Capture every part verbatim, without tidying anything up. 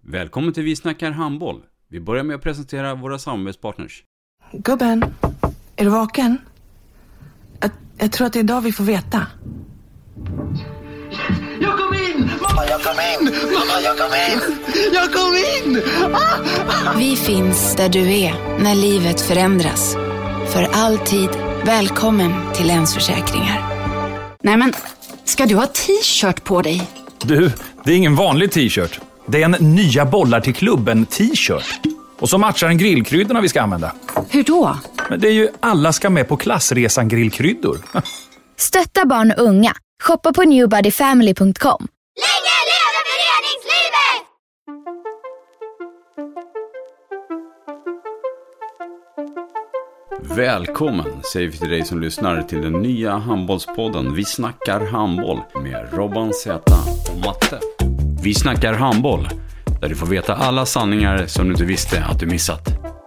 Välkommen till Vi snackar handboll. Vi börjar med att presentera våra samarbetspartners. Gubben, är du vaken? Jag, jag tror att det är idag vi får veta. Jag kom in! Mamma, jag kom in! Mamma, jag kom in! Jag kom in! Ah! Vi finns där du är när livet förändras. För alltid välkommen till Länsförsäkringar. Nej men, ska du ha t-shirt på dig? Du, det är ingen vanlig t-shirt. Det är en nya bollar till klubben t-shirt. Och så matchar den grillkryddorna vi ska använda. Hur då? Men det är ju alla ska med på klassresan grillkryddor. Stötta barn och unga. Shoppa på new body family punkt com. Länge leve föreningslivet! Välkommen säger vi till dig som lyssnar till den nya handbollspodden Vi snackar handboll med Robban Zäta och Matte. Vi snackar handboll, där du får veta alla sanningar som du inte visste att du missat.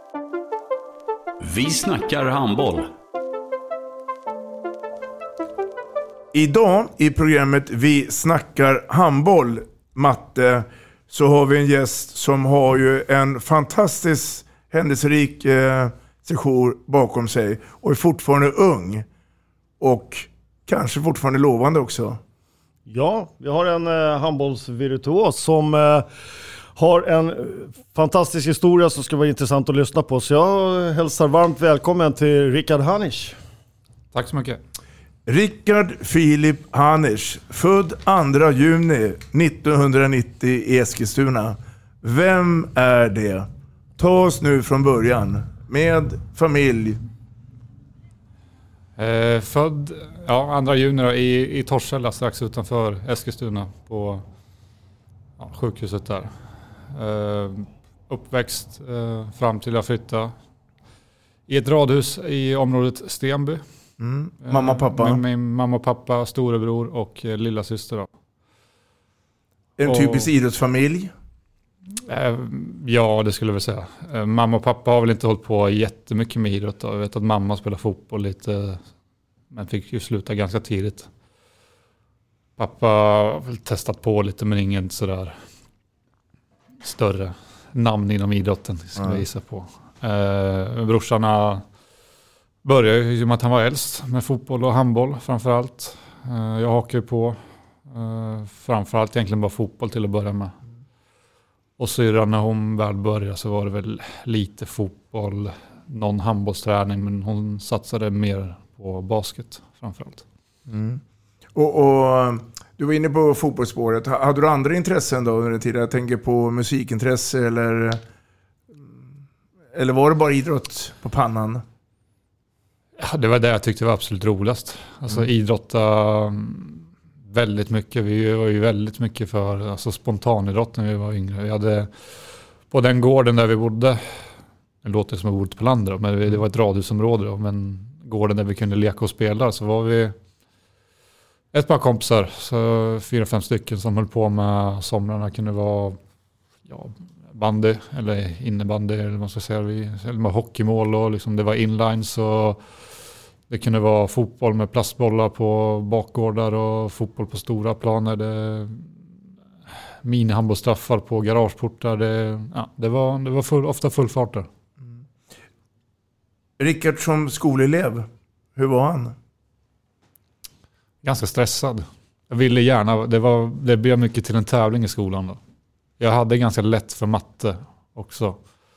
Vi snackar handboll. Idag i programmet Vi snackar handboll, Matte, så har vi en gäst som har ju en fantastisk händelserik eh, session bakom sig och är fortfarande ung och kanske fortfarande lovande också. Ja, vi har en eh, handbollsvirtuos som eh, har en fantastisk historia som ska vara intressant att lyssna på. Så jag hälsar varmt välkommen till Rickard Hanisch. Tack så mycket. Rickard Filip Hanisch, född andra juni nittonhundranittio i Eskilstuna. Vem är det? Ta oss nu från början med familj. Eh, född ja, andra juni då, i, i Torshälla strax utanför Eskilstuna på ja, sjukhuset där. Eh, uppväxt eh, fram till jag flyttade i ett radhus i området Stenby. Mm. Mamma och pappa? Med min mamma och pappa, storebror och eh, lilla syster då. En och, typisk idrottsfamilj? Eh, ja, det skulle jag väl säga. Eh, mamma och pappa har väl inte hållit på jättemycket med idrott då. Jag vet att mamma spelar fotboll lite, men fick ju sluta ganska tidigt. Pappa har väl testat på lite, men ingen sådär större namn inom idrotten skulle mm. jag gissa på. Eh, brorsarna började ju med att han var äldst med fotboll och handboll framförallt. Uh, jag hakar ju på uh, framförallt egentligen bara fotboll till att börja med. Och syrran när hon väl började så var det väl lite fotboll, någon handbollsträning, men hon satsade mer på basket framförallt. Mm. Och, och du var inne på fotbollsspåret. Hade du andra intressen då under den tiden? Jag tänker på musikintresse eller, eller var det bara idrott på pannan? Ja, det var det jag tyckte var absolut roligast. Alltså mm. idrotta väldigt mycket. Vi var ju väldigt mycket för alltså, spontanidrott när vi var yngre. Vi hade på den gården där vi bodde, det låter som att vi bodde på landet, men det var ett radhusområde då, men gården där vi kunde leka och spela, så var vi ett par kompisar, så fyra, fem stycken som höll på med somrarna. Kunde vara ja, bandy eller innebandy eller vad man ska säga. Vi med hockeymål och liksom det var inlines och det kunde vara fotboll med plastbollar på bakgårdar och fotboll på stora planer. Det minihandbollsstraffar på garageportar. Det, ja, det var, det var full, ofta full fart där. Mm. Rickard som skolelev, hur var han? Ganska stressad. Jag ville gärna, det, var, det blev mycket till en tävling i skolan då. Jag hade ganska lätt för matte också.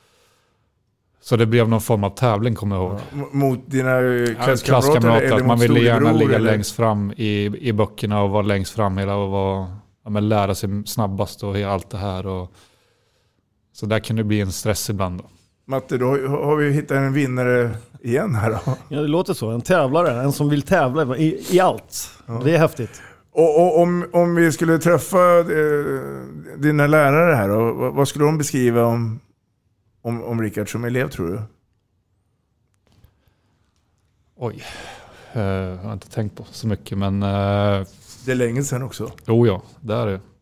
Så det blev någon form av tävling, kommer jag ihåg. Ja, mot dina klasskamrater? Klasskamrater, eller att man mot ville gärna ligga eller? längst fram i, i böckerna och vara längst fram hela och vara, ja, men lära sig snabbast och allt det här. Och, så där kan det bli en stress ibland då. Matte, då har vi hittat en vinnare igen här då. Ja, det låter så. En tävlare, en som vill tävla i, i allt. Ja. Det är häftigt. Och, och om, om vi skulle träffa eh, dina lärare här då, vad, vad skulle de beskriva om, om, om Rickard som elev, tror du? Oj, uh, jag har inte tänkt på så mycket, men... Uh, det är länge sedan också. Jo, ja, det är det.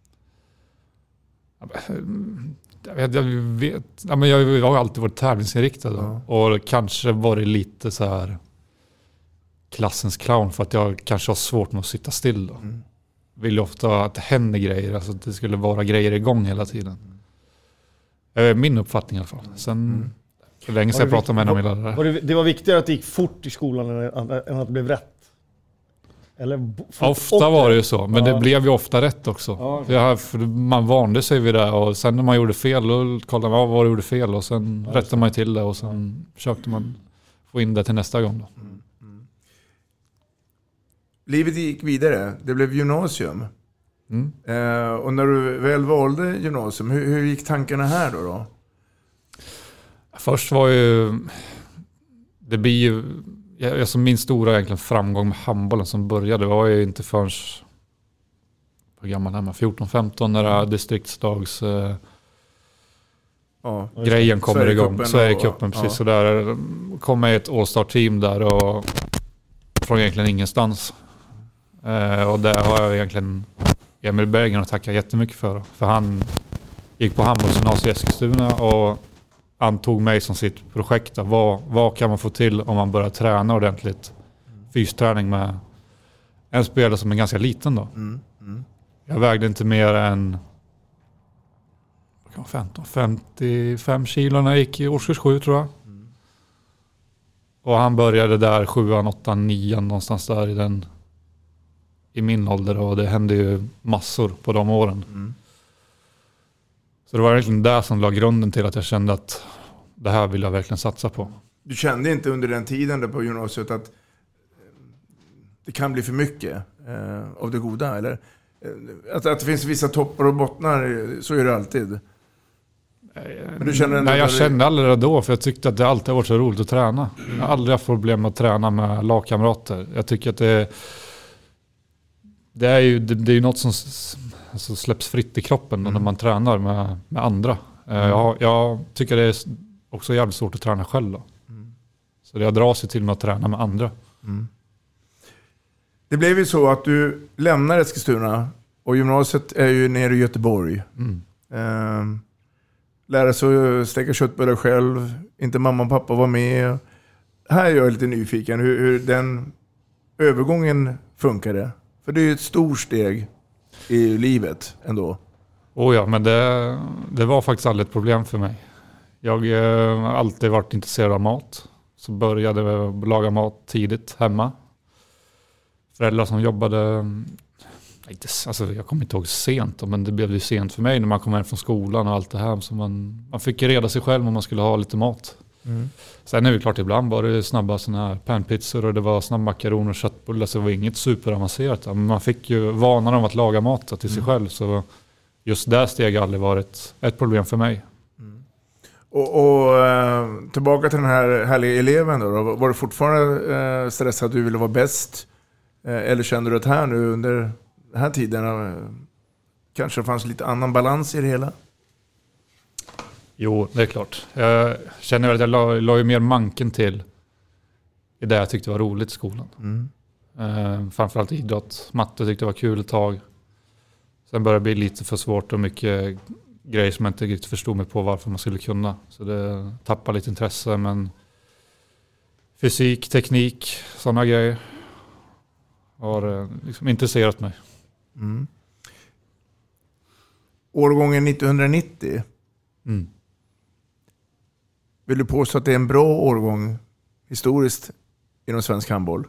Jag vet, jag vet ja, men jag har alltid varit tävlingsinriktad då, ja. Och kanske varit lite så här klassens clown för att jag kanske har svårt med att sitta still då. Mm. Vill ju ofta att det händer grejer, alltså att det skulle vara grejer igång hela tiden. är min uppfattning i alla fall. Sen mm. för länge sedan jag pratade med en av var det, det var viktigare att det gick fort i skolan än, än att det blev rätt? Eller ofta var det ju så, men ja. det blev ju ofta rätt också. Ja, okay. jag, för man vande sig vid det och sen när man gjorde fel då kollade man vad det gjorde fel och sen ja, rättade man till det och sen ja. försökte man få in det till nästa gång. Då. Mm. Mm. Livet gick vidare, det blev gymnasium. Mm. Eh, och när du väl valde gymnasium, hur, hur gick tankarna här då, då? Först var ju det blir ju jag, alltså min stora egentligen framgång med handbollen som började var ju inte förrän hur gammal är man? fjorton femton när det är distriktsdags eh, ja, grejen kommer igång. Sverigecupen, precis ja. så där kom jag ett All-Star-team där och från egentligen ingenstans. Eh, och där har jag egentligen Emil Bergen att tacka jättemycket för. För han gick på handbollsgymnasiet i Eskilstuna och han tog mig som sitt projekt. Vad, vad kan man få till om man börjar träna ordentligt? Fysträning med en spelare som är ganska liten då. Mm. Mm. Jag vägde inte mer än femton, femtiofem kilo när jag gick i årskurs sju tror jag. Mm. Och han började där sjuan, åttan, nian någonstans där i den i min ålder och det hände ju massor på de åren. Mm. Så det var verkligen där som la grunden till att jag kände att det här vill jag verkligen satsa på. Du kände inte under den tiden där på gymnasiet att det kan bli för mycket eh, av det goda? Eller att, att det finns vissa toppar och bottnar, så är det alltid. Men du känner Nej, jag det... kände aldrig det då för jag tyckte att det alltid har varit så roligt att träna. Mm. Jag har aldrig haft problem med att träna med lagkamrater. Jag tycker att det, det är ju det, det är ju något som alltså släpps fritt i kroppen mm. när man tränar med, med andra. Mm. Jag, jag tycker det är också jävligt svårt att träna själv då. Mm. Så jag drar sig till med att träna med andra. Mm. Det blev ju så att du lämnar Eskilstuna och gymnasiet är ju nere i Göteborg. Mm. Um, lära sig att steka köttbullar själv. Inte mamma och pappa var med. Här är jag lite nyfiken hur, hur den övergången funkade. För det är ju ett stort steg i livet ändå. Oh ja, men det, det var faktiskt aldrig ett problem för mig. Jag har eh, alltid varit intresserad av mat. Så började jag laga mat tidigt hemma. Föräldrar som jobbade, inte, alltså jag kommer inte ihåg sent, men det blev ju sent för mig när man kom hem från skolan och allt det här. Så man, man fick reda sig själv om man skulle ha lite mat. Mm. Sen är det klart, ibland var det snabba såna här panpizzor och det var snabbmakaroner och köttbullar, så det var inget superavancerat. Men man fick ju vanan om att laga mat till sig mm. själv, så just där steg har aldrig varit ett problem för mig. Mm. Och, och tillbaka till den här härliga eleven då, var du fortfarande stressad att du ville vara bäst? Eller kände du att här nu under den här tiden kanske det fanns lite annan balans i det hela? Jo, det är klart. Jag känner att jag la, la ju mer manken till i det jag tyckte var roligt i skolan. Mm. Eh, framförallt idrott. Matte tyckte jag var kul ett tag. Sen började det bli lite för svårt och mycket grejer som jag inte riktigt förstod mig på varför man skulle kunna. Så det tappade lite intresse, men fysik, teknik, sådana grejer har liksom intresserat mig. Mm. Årgången nittonhundranittio. Mm. Vill du påstå att det är en bra årgång historiskt inom svensk handboll?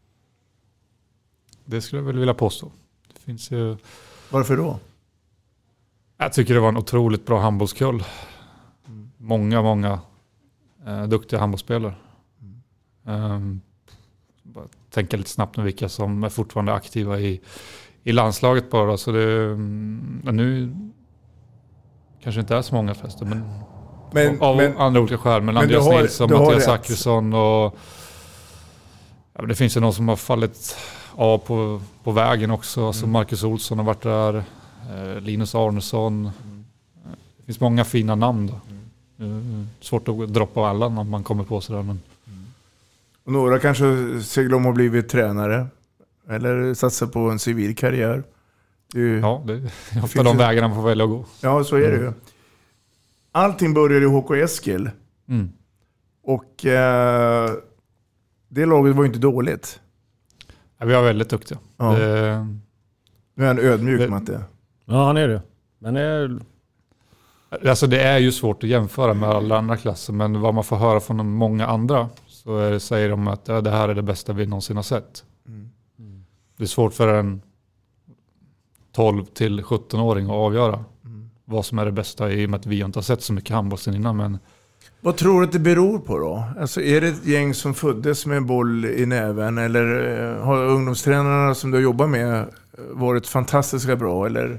Det skulle jag väl vilja påstå. Det finns ju... Varför då? Jag tycker det var en otroligt bra handbollskull. Mm. Många, många eh, duktiga handbollsspelare. Mm. Um, bara tänka lite snabbt med vilka som är fortfarande aktiva i, i landslaget bara. Så det, mm, nu kanske inte är så många förresten, men, men av men, andra olika skäl. Men, men Andreas har, Nilsson, Mattias Zachrisson och ja, men det finns ju någon som har fallit av på, på vägen också. Mm. Alltså Marcus Olsson har varit där, eh, Linus Arnesson. Mm. Det finns många fina namn då. Mm. Svårt att droppa alla när man kommer på sådär, men och några kanske seglar om och blivit tränare eller satsar på en civil karriär. Det är, ja, det är ofta de vägarna man får välja att gå. Ja, så är det ju. Allting började i H K Eskil. Mm. Och eh, det laget var ju inte dåligt. Ja, vi var väldigt duktiga. Ja. Det, nu är han ödmjuk, det, Matte. Ja, han är det. Men är, Alltså det är ju svårt att jämföra med alla andra klasser, men vad man får höra från många andra så är det, säger de att ja, det här är det bästa vi någonsin har sett. Mm. Mm. Det är svårt för en tolv till sjutton-åring att avgöra mm. vad som är det bästa, i och med att vi inte har sett så mycket handboll sen innan. Men... Vad tror du att det beror på då? Alltså är det ett gäng som föddes med en boll i näven, eller har ungdomstränarna som du jobbar med varit fantastiska bra, eller?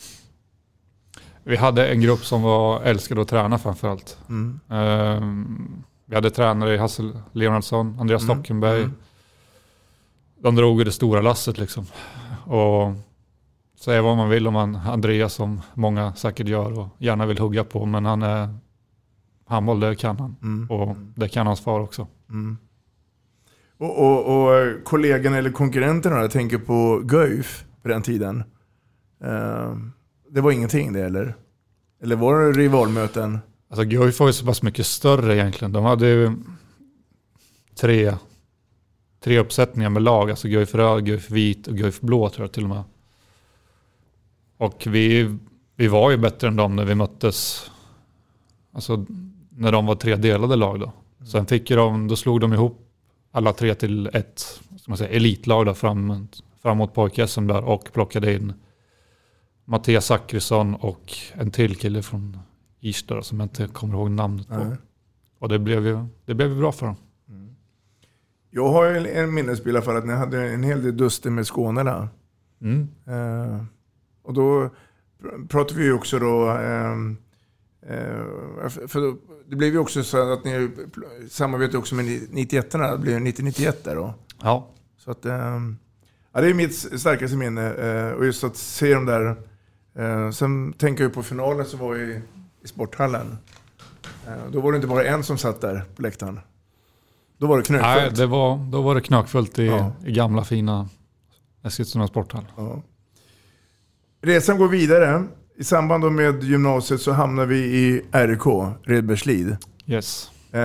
Vi hade en grupp som var älskade att träna framförallt. Mm. Um, vi hade tränare i Hassel Leonardsson, Andreas mm. Stockenberg. Mm. De drog det stora lasset liksom. Och säga vad man vill om han, Andreas, som många säkert gör och gärna vill hugga på. Men han är handboll, det kan han. Mm. Och det kan hans far också. Mm. Och, och, och kollegan eller konkurrenterna, jag tänker på Guif på den tiden. Uh, det var ingenting det, eller? Eller var det rivalmöten? Alltså Guif var ju så pass mycket större egentligen. De hade ju tre, tre uppsättningar med lag. Alltså Guif röd, Guif vit och Guif blå tror jag till och med. Och vi, vi var ju bättre än dem när vi möttes. Alltså när de var tre delade lag då. Mm. Sen fick ju de, då slog de ihop alla tre till ett, ska man säga, elitlag där fram, framåt pojk-S M där och plockade in Mattias Zackrisson och en till kille från Irsta som jag inte kommer ihåg namnet på. Mm. Och det blev ju det blev ju bra för dem. Mm. Jag har ju en minnesbild för att ni hade en hel del duster med Skåne där. Mm. Uh, och då pr- pratade vi ju också då uh, uh, för då, det blev ju också så att ni samarbetade också med nittioettorna, det blev nittio nittioett där då. Ja. Så att uh, ja, det är mitt starkaste minne uh, och just att se dem där. Uh, sen tänker jag på finalen som var i, i sporthallen. Uh, då var det inte bara en som satt där på läktaren. Då var det knökfullt. Nej, det var, då var det knökfullt i, ja. i gamla fina Eskilstuna sporthall. Ja. Resan går vidare. I samband med gymnasiet så hamnar vi i R K, Redbergslid. Yes. Uh,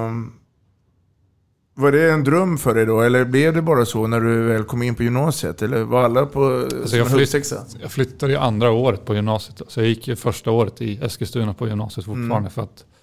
var det en dröm för dig då? Eller blev det bara så när du väl kom in på gymnasiet? Eller var alla på alltså jag, flytt, jag flyttade ju andra året på gymnasiet. Så jag gick ju första året i Eskilstuna på gymnasiet fortfarande. Mm. För att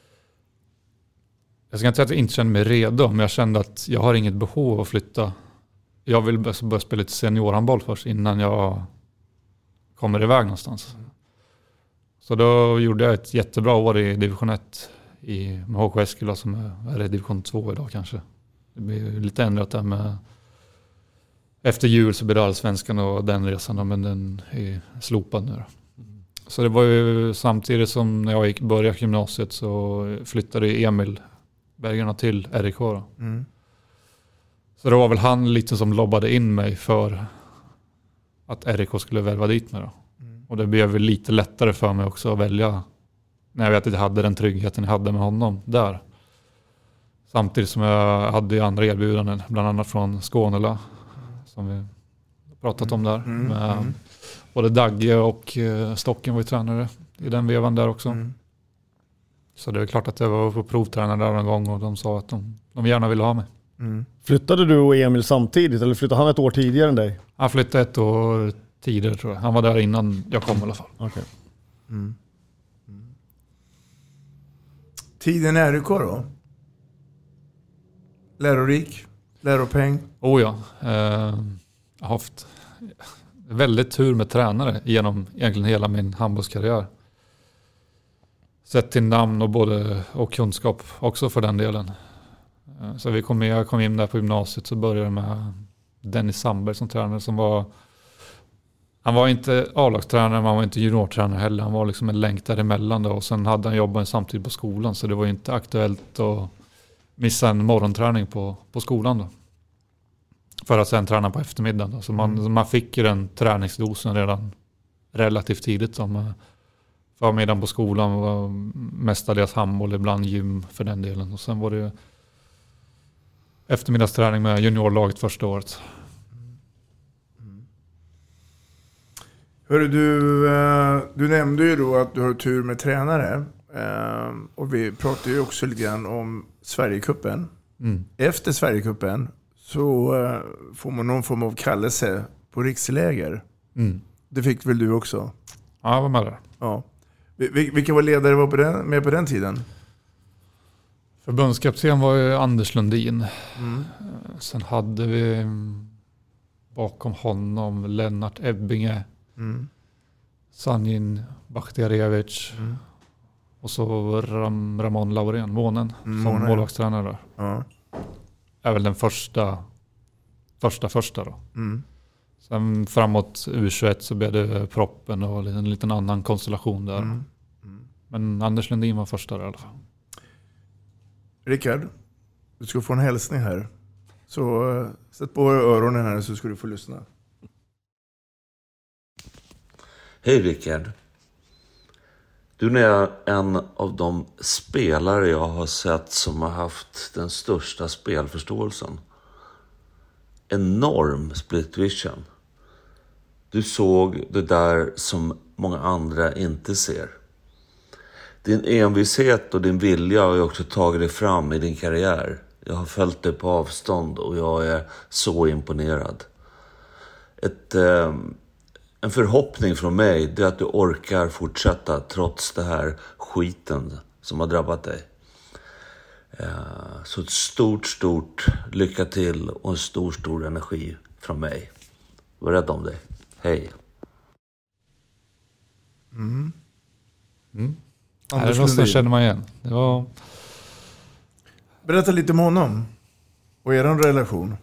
jag ska inte säga att jag inte kände mig redo. Men jag kände att jag har inget behov av att flytta. Jag vill börja spela lite seniorhandboll först innan jag kommer iväg någonstans. Mm. Så då gjorde jag ett jättebra år i division ett. I, med H K Eskilstuna som är, är i division två idag kanske. Det blir lite ändrat där med efter jul så blir det allsvenskan och den resan då, men den är slopad nu då. Mm. Så det var ju samtidigt som när jag gick började gymnasiet så flyttade Emil Bergarna till R K då. Mm. Så det var väl han lite som lobbade in mig för att R K skulle värva dit mig då. Mm. Och det blev väl lite lättare för mig också att välja när jag vet att jag hade den tryggheten jag hade med honom där. Samtidigt som jag hade andra erbjudanden, bland annat från Skånela, som vi pratat om där. Mm, med mm. Både Dagge och Stocken var ju tränare i den vevan där också. Mm. Så det är klart att jag var på provtränare där en gång och de sa att de, de gärna ville ha mig. Mm. Flyttade du och Emil samtidigt eller flyttade han ett år tidigare än dig? Han flyttade ett år tidigare tror jag. Han var där innan jag kom i alla fall. Okay. Mm. Tiden är R K då? Lärorik? Läropeng? Oh ja. Eh, jag har haft väldigt tur med tränare genom egentligen hela min handbollskarriär. Sett till namn och både och kunskap också för den delen. Eh, så vi kom med, jag kom in där på gymnasiet så började jag med Dennis Sandberg som tränare som var han var inte A-lagstränare, men han var inte juniortränare heller. Han var liksom en länk däremellan då. Och sen hade han jobbat samtidigt på skolan. Så det var inte aktuellt att missa en morgonträning på, på skolan då. För att sen träna på eftermiddagen då. Så man, mm. man fick ju den träningsdosen redan relativt tidigt. Som förmiddagen på skolan var mestadels handboll, ibland gym för den delen. Och sen var det eftermiddagsträning med juniorlaget första året. Hörru, du, du nämnde ju då att du har tur med tränare. Och vi pratade ju också lite grann om Sverigecupen. Mm. Efter Sverigecupen så får man någon form av kallelse på riksläger. Mm. Det fick väl du också? Ja, jag var med där. Ja. Vilka var ledare var på den, med på den tiden? Förbundskapten var ju Anders Lundin. Mm. Sen hade vi bakom honom Lennart Ebbinge, mm. Sanjin Bakhtiarevich mm. och så Ram, Ramon Laurén, Månen, mm, som målvaktstränare. Ja. Är väl den första första första då. Mm. Sen framåt U tjugoett så blev det Proppen och en liten annan konstellation där. Mm. Mm. Men Anders Lundin var första där i alla fall. Rickard, du ska få en hälsning här. Så uh, sätt på öronen här så ska du få lyssna. Hej Rickard. Du är en av de spelare jag har sett som har haft den största spelförståelsen. Enorm split vision. Du såg det där som många andra inte ser. Din envishet och din vilja har ju också tagit dig fram i din karriär. Jag har följt dig på avstånd och jag är så imponerad. Ett, eh, en förhoppning från mig är att du orkar fortsätta trots det här skiten som har drabbat dig. Eh, så ett stort, stort lycka till och en stor, stor energi från mig. Var rädd om dig. Hej. Mm. Mm. Anders Lundin känner man igen. Det var... Berätta lite om honom och er relation.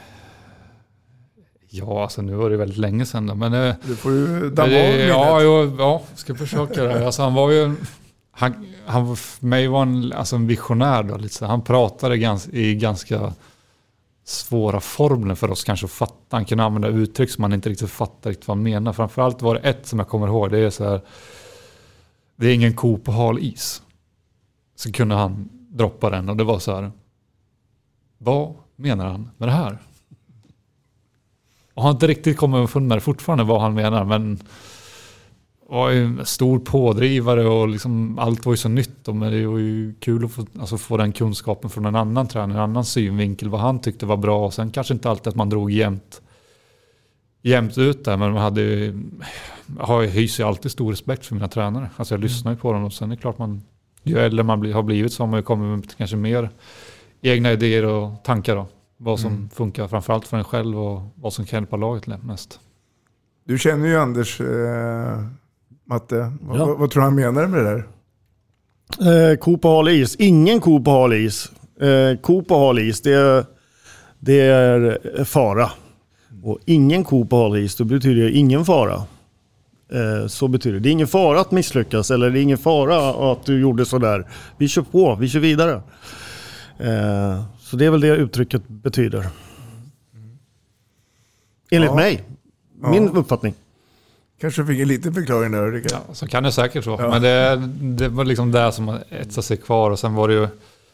Ja, alltså nu var det väldigt länge sedan då, men det, du får ju damma det, ja, ja, ja, ska försöka det. Alltså han var ju han, han för mig var en, alltså en visionär då, lite så. Han pratade gans, i ganska svåra formler för oss kanske att fatta. Han kunde använda uttryck som man inte riktigt fattar riktigt vad han menar. Framförallt var det ett som jag kommer ihåg, det är så här: det är ingen ko på hal is. Så kunde han droppa den och det var så här: vad menar han med det här? Och han har inte riktigt kommit underfund med fortfarande vad han menar, men var ju en stor pådrivare och liksom allt var ju så nytt. Men det var ju kul att få, alltså få den kunskapen från en annan tränare, en annan synvinkel, vad han tyckte var bra. Och sen kanske inte alltid att man drog jämnt, jämnt ut där, men man hade ju, jag hyser ju alltid stor respekt för mina tränare. Alltså jag lyssnar ju på dem och sen är det klart man, ju äldre man blir, har blivit så har man ju kommit med kanske mer egna idéer och tankar då. Vad som mm. funkar framförallt för en själv och vad som kan hjälpa laget mest. Du känner ju Anders, eh, Matte. Ja. Vad, vad tror du han menar med det där? Eh, ko på hal is. Ingen ko på hal is. Eh, ko på hal is, det är, det är fara. Och ingen ko på hal is, då betyder det ingen fara. Eh, så betyder det. Det är ingen fara att misslyckas eller det är ingen fara att du gjorde så där. Vi kör på, vi kör vidare. Eh, så det är väl det uttrycket betyder. Enligt ja. mig. Min ja. uppfattning. Kanske fick en liten förklaring där, Rickard. Ja, så kan det säkert vara. Ja. Men det, det var liksom det som etsade sig kvar. Och sen var det ju...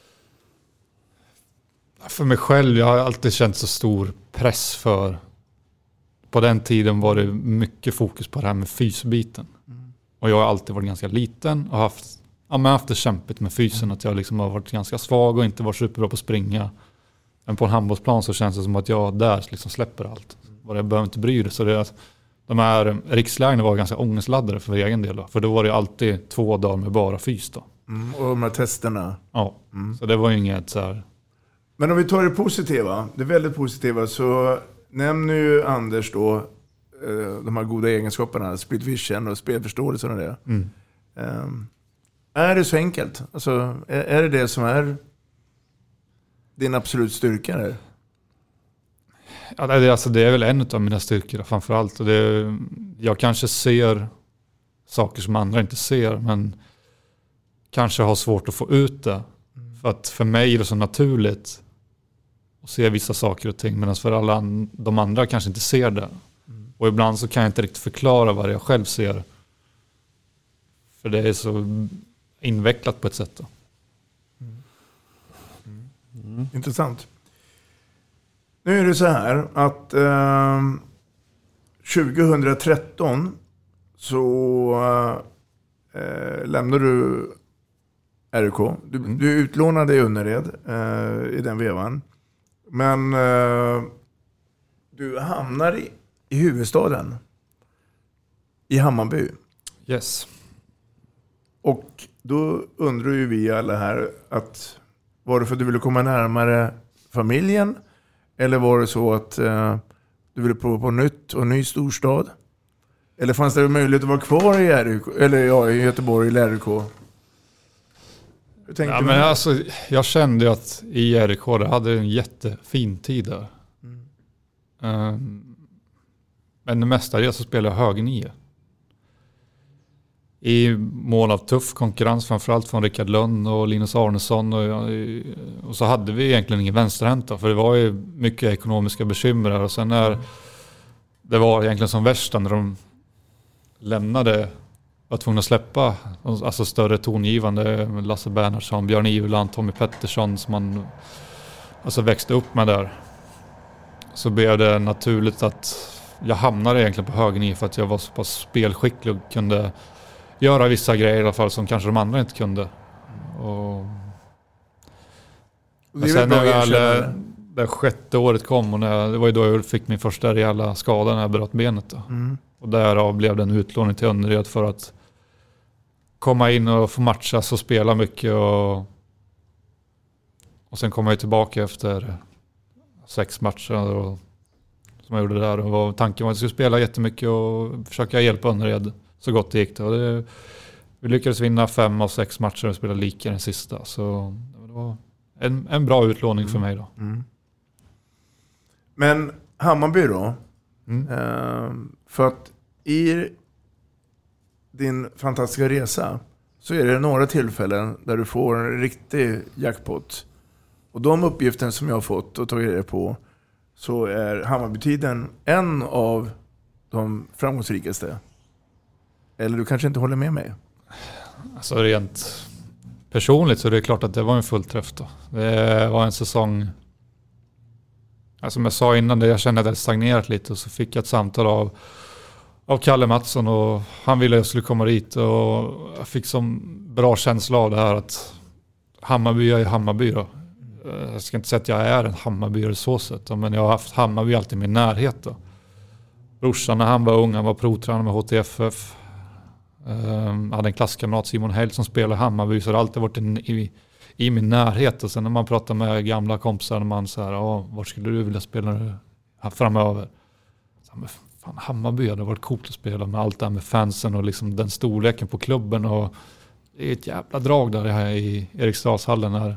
För mig själv, jag har alltid känt så stor press för... På den tiden var det mycket fokus på det här med fysbiten. Mm. Och jag har alltid varit ganska liten och haft... Ja, men jag har haft det kämpigt med fysen. Mm. Att jag liksom har varit ganska svag och inte varit superbra på att springa. Men på en handbollsplan så känns det som att jag där liksom släpper allt. Mm. Jag behöver inte bry det. Så det är att de här rikslägena var ganska ångestladdade för egen del. Då. För då var det alltid två dagar med bara fys då. Mm. Och de här testerna. Ja, mm. så det var ju inget så här... Men om vi tar det positiva. Det är väldigt positiva. Så nämner ju Anders då de här goda egenskaperna. Split vision och spelförståelse och det. Mm. Um, Är det så enkelt? Alltså, är, är det det som är din absolut styrka där? Ja, det, är, alltså, det är väl en av mina styrkor framförallt. Och det, jag kanske ser saker som andra inte ser, men kanske har svårt att få ut det. Mm. För att för mig är det så naturligt att se vissa saker och ting, medan för alla de andra kanske inte ser det. Mm. Och ibland så kan jag inte riktigt förklara vad jag själv ser. För det är så... invecklat på ett sätt då. Mm. Mm. Mm. Intressant. Nu är det så här att eh, tjugohundratretton så eh, lämnade du R I K. Du, mm. du utlånade i Önnered eh, i den vevan. Men eh, du hamnar i, i huvudstaden. I Hammarby. Yes. Och då undrar ju vi alla här att var det för att du ville komma närmare familjen? Eller var det så att eh, du ville prova på nytt och ny storstad? Eller fanns det möjlighet att vara kvar i R I K, eller ja, i Göteborg i R I K? Hur tänkte ja, du? Men alltså, jag kände ju att i R I K det hade en jättefin tid där. Mm. Um, men det mesta av det så spelade jag höger nio. I mål av tuff konkurrens, framförallt från Rickard Lund och Linus Arnesson. Och, och så hade vi egentligen ingen vänsterhänta, för det var ju mycket ekonomiska bekymmer där. Och sen när det var egentligen som värsta när de lämnade, var tvungna att släppa alltså större tongivande Lasse Bernhardsson, Björn Iveland, Tommy Pettersson som man alltså växte upp med där. Så blev det naturligt att jag hamnade egentligen på höger nio för att jag var så pass spelskicklig och kunde göra vissa grejer i alla fall som kanske de andra inte kunde. Och men sen när väl det sjätte året kom och när, det var ju då jag fick min första rejäla skada när jag bröt benet då. Mm. Och därav blev det en utlåning till Önnered för att komma in och få matchas och spela mycket och, och sen kom jag tillbaka efter sex matcher och, som jag gjorde där och tanken var att jag skulle spela jättemycket och försöka hjälpa Önnered så gott det gick det. Och det, vi lyckades vinna fem av sex matcher och spela lika den sista. Så det var en, en bra utlåning mm. för mig då. Mm. Men Hammarby då? Mm. Eh, för att i din fantastiska resa så är det några tillfällen där du får en riktig jackpot. Och de uppgifter som jag har fått och tagit reda på så är Hammarbytiden en av de framgångsrikaste. Eller du kanske inte håller med mig? Alltså rent personligt så är det klart att det var en fullträff då. Det var en säsong, alltså som jag sa innan, det jag kände att det stagnerat lite och så fick jag ett samtal av, av Kalle Mattsson och han ville att jag skulle komma dit och jag fick som bra känsla av det här att Hammarby är Hammarby då. Jag ska inte säga att jag är en Hammarbyare så sätt, men jag har haft Hammarby alltid i min närhet då. Brorsan när han var ung, han var provtränare med H T F F. Um, hade en klasskamrat, Simon Held, som spelade Hammarby, så det har alltid varit en, i, i min närhet. Och sen när man pratar med gamla kompisar, när man säger, ja, var skulle du vilja spela framöver? Så, men fan, Hammarby hade varit coolt att spela med allt det här med fansen och liksom den storleken på klubben. Och det är ett jävla drag där här i Eriksdalshallen när,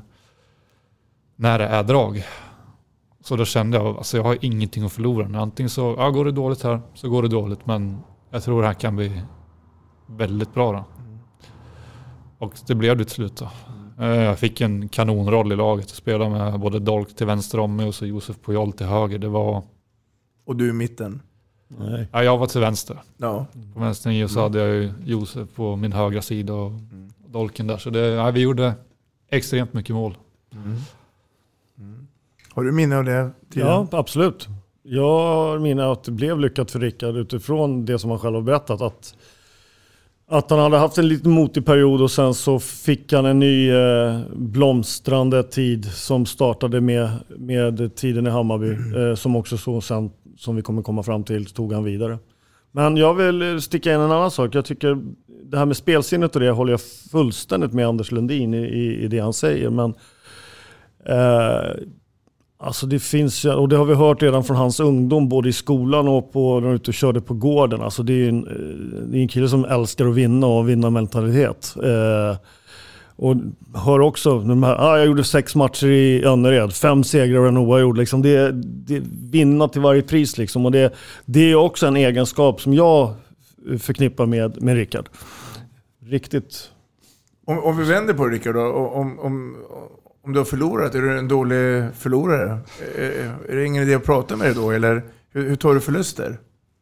när det är drag. Så då kände jag, alltså jag har ingenting att förlora. Antingen så ja, går det dåligt här, så går det dåligt. Men jag tror det här kan bli väldigt bra då. Mm. Och det blev det till slut då. Mm. Jag fick en kanonroll i laget. Jag spelade med både Dolk till vänster om mig och så Josef Pujol till höger. Det var... Och du i mitten? Nej. Ja, jag var till vänster. Ja. På vänster nio så mm. hade jag ju Josef på min högra sida och mm. Dolken där. Så det, ja, vi gjorde extremt mycket mål. Mm. Mm. Har du minne av det? Ja, absolut. Jag har minne att det blev lyckat för Rickard utifrån det som han själv har berättat. Att, att han hade haft en liten motig period och sen så fick han en ny eh, blomstrande tid som startade med, med tiden i Hammarby. Mm. Eh, som också så sen, som vi kommer komma fram till, tog han vidare. Men jag vill sticka in en annan sak. Jag tycker det här med spelsinnet och det håller jag fullständigt med Anders Lundin i, i, i det han säger. Men eh, alltså det finns, och det har vi hört redan från hans ungdom, både i skolan och på, när de ute och körde på gården. Alltså det är en, det är en kille som älskar att vinna och vinna mentalitet. Eh, och hör också, de här, ah, jag gjorde sex matcher i Önnered, fem segrar och en oavgjord. Liksom det, det vinna till varje pris. Liksom. Och det, det är också en egenskap som jag förknippar med, med Rickard. Riktigt. Om, om vi vänder på det, Rickard, då, om... om Om du har förlorat, är du en dålig förlorare? Är det ingen idé att prata med dig då? Eller hur, hur tar du förluster?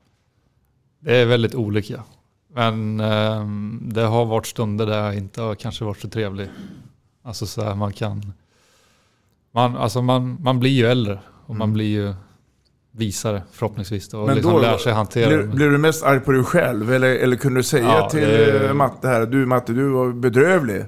Det är väldigt olika. Men eh, det har varit stunder där jag inte har kanske varit så trevlig. Alltså så här, man kan... Man, alltså man, man blir ju äldre och mm. man blir ju visare förhoppningsvis. Och men liksom då lär sig hantera blir, det. Blir du mest arg på dig själv? Eller, eller kunde du säga ja, till det... Matte här, du Matte, du var bedrövlig?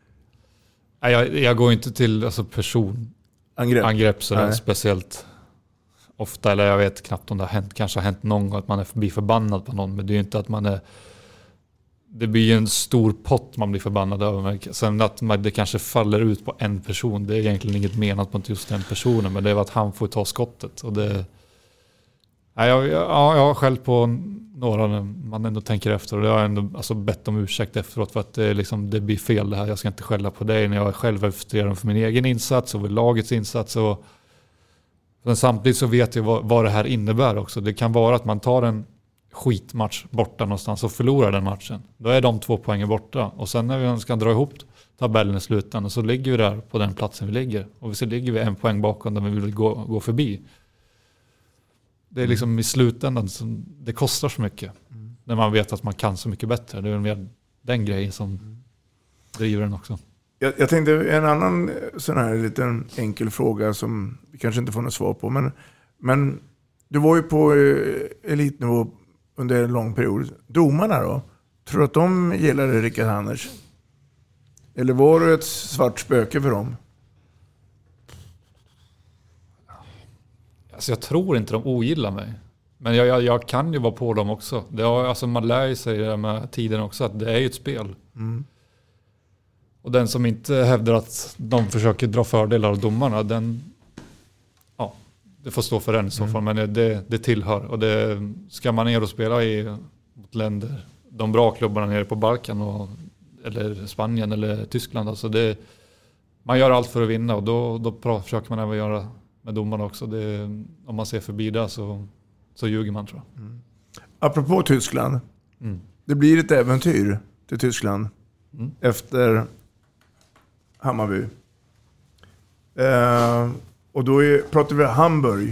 Jag, jag går inte till alltså, person angrepp, angrepp så speciellt ofta, eller jag vet knappt om det har hänt, kanske har hänt någon gång att man är blir förbannad på någon, men det är ju inte att man är det blir en stor pott man blir förbannad över. Men sen att man, det kanske faller ut på en person, det är egentligen inget menat på just den personen, men det är att han får ta skottet. Och det, ja, jag, ja, jag har själv på några när man ändå tänker efter, och det har jag ändå alltså, bett om ursäkt efteråt för att det, liksom, det blir fel det här. Jag ska inte skälla på dig när jag själv är frustrerad för min egen insats och för lagets insats. Och, men samtidigt så vet jag vad, vad det här innebär också. Det kan vara att man tar en skitmatch borta någonstans och förlorar den matchen. Då är de två poäng borta. Och sen när vi ska dra ihop tabellen i slutändan så ligger vi där på den platsen vi ligger. Och så ligger vi en poäng bakom där vi vill gå, gå förbi. Det är liksom i slutändan som det kostar så mycket. Mm. När man vet att man kan så mycket bättre. Det är mer den grejen som mm. driver den också. Jag, jag tänkte en annan sån här liten enkel fråga som vi kanske inte får något svar på. Men, men du var ju på elitnivå under en lång period. Domarna då? Tror du att de gillade Rickard Hanners? Eller var det ett svart spöke för dem? Alltså jag tror inte de ogillar mig. Men jag, jag, jag kan ju vara på dem också. Det har, alltså man lär sig det med tiden också att det är ju ett spel. Mm. Och den som inte hävdar att de försöker dra fördelar av domarna, den, ja, det får stå för den i så fall. Mm. Men det, det tillhör. Och det ska man ner och spela i mot länder, de bra klubbarna nere på Balkan och, eller Spanien eller Tyskland. Alltså det, man gör allt för att vinna och då, då försöker man även göra med domarna också. Det, om man ser förbi det så, så ljuger man, tror jag. Mm. Apropå Tyskland. Mm. Det blir ett äventyr till Tyskland mm. efter Hammarby. Eh, och då är, pratar vi Hamburg.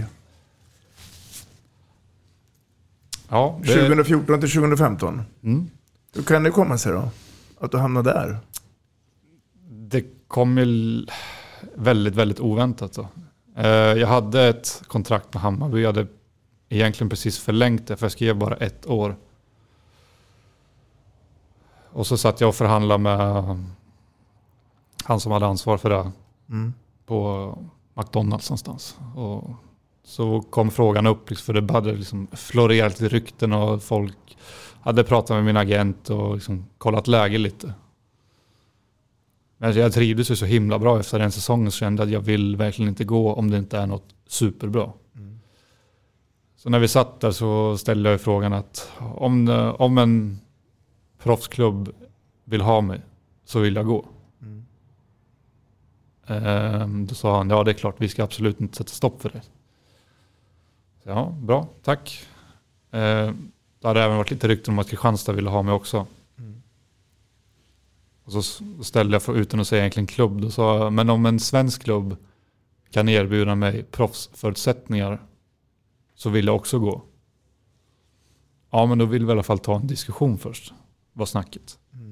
Ja, det... tjugo fjorton till tjugo femton. Mm. Hur kan det komma sig då? Att du hamnar där? Det kom ju väldigt, väldigt oväntat då. Jag hade ett kontrakt med Hammarby. Jag hade egentligen precis förlängt det, för jag skrev bara ett år. Och så satt jag och förhandlade med han som hade ansvar för det mm. på McDonalds någonstans. Och så kom frågan upp, för det hade liksom florerat i rykten och folk hade pratat med min agent och liksom kollat läge lite. Men jag trivdes ju så himla bra efter den säsongen, så kände att jag vill verkligen inte gå om det inte är något superbra. Mm. Så när vi satt där så ställde jag frågan att om, om en proffsklubb vill ha mig så vill jag gå. Mm. Ehm, då sa han, ja det är klart, vi ska absolut inte sätta stopp för det. Så, ja, bra, tack. Ehm, det hade även varit lite rykten om att Kristianstad ville ha mig också. Mm. Och så ställde jag för, utan att säga egentligen klubb, då sa jag, men om en svensk klubb kan erbjuda mig proffsförutsättningar så vill jag också gå. Ja, men då vill vi i alla fall ta en diskussion först. Vad snacket. Mm.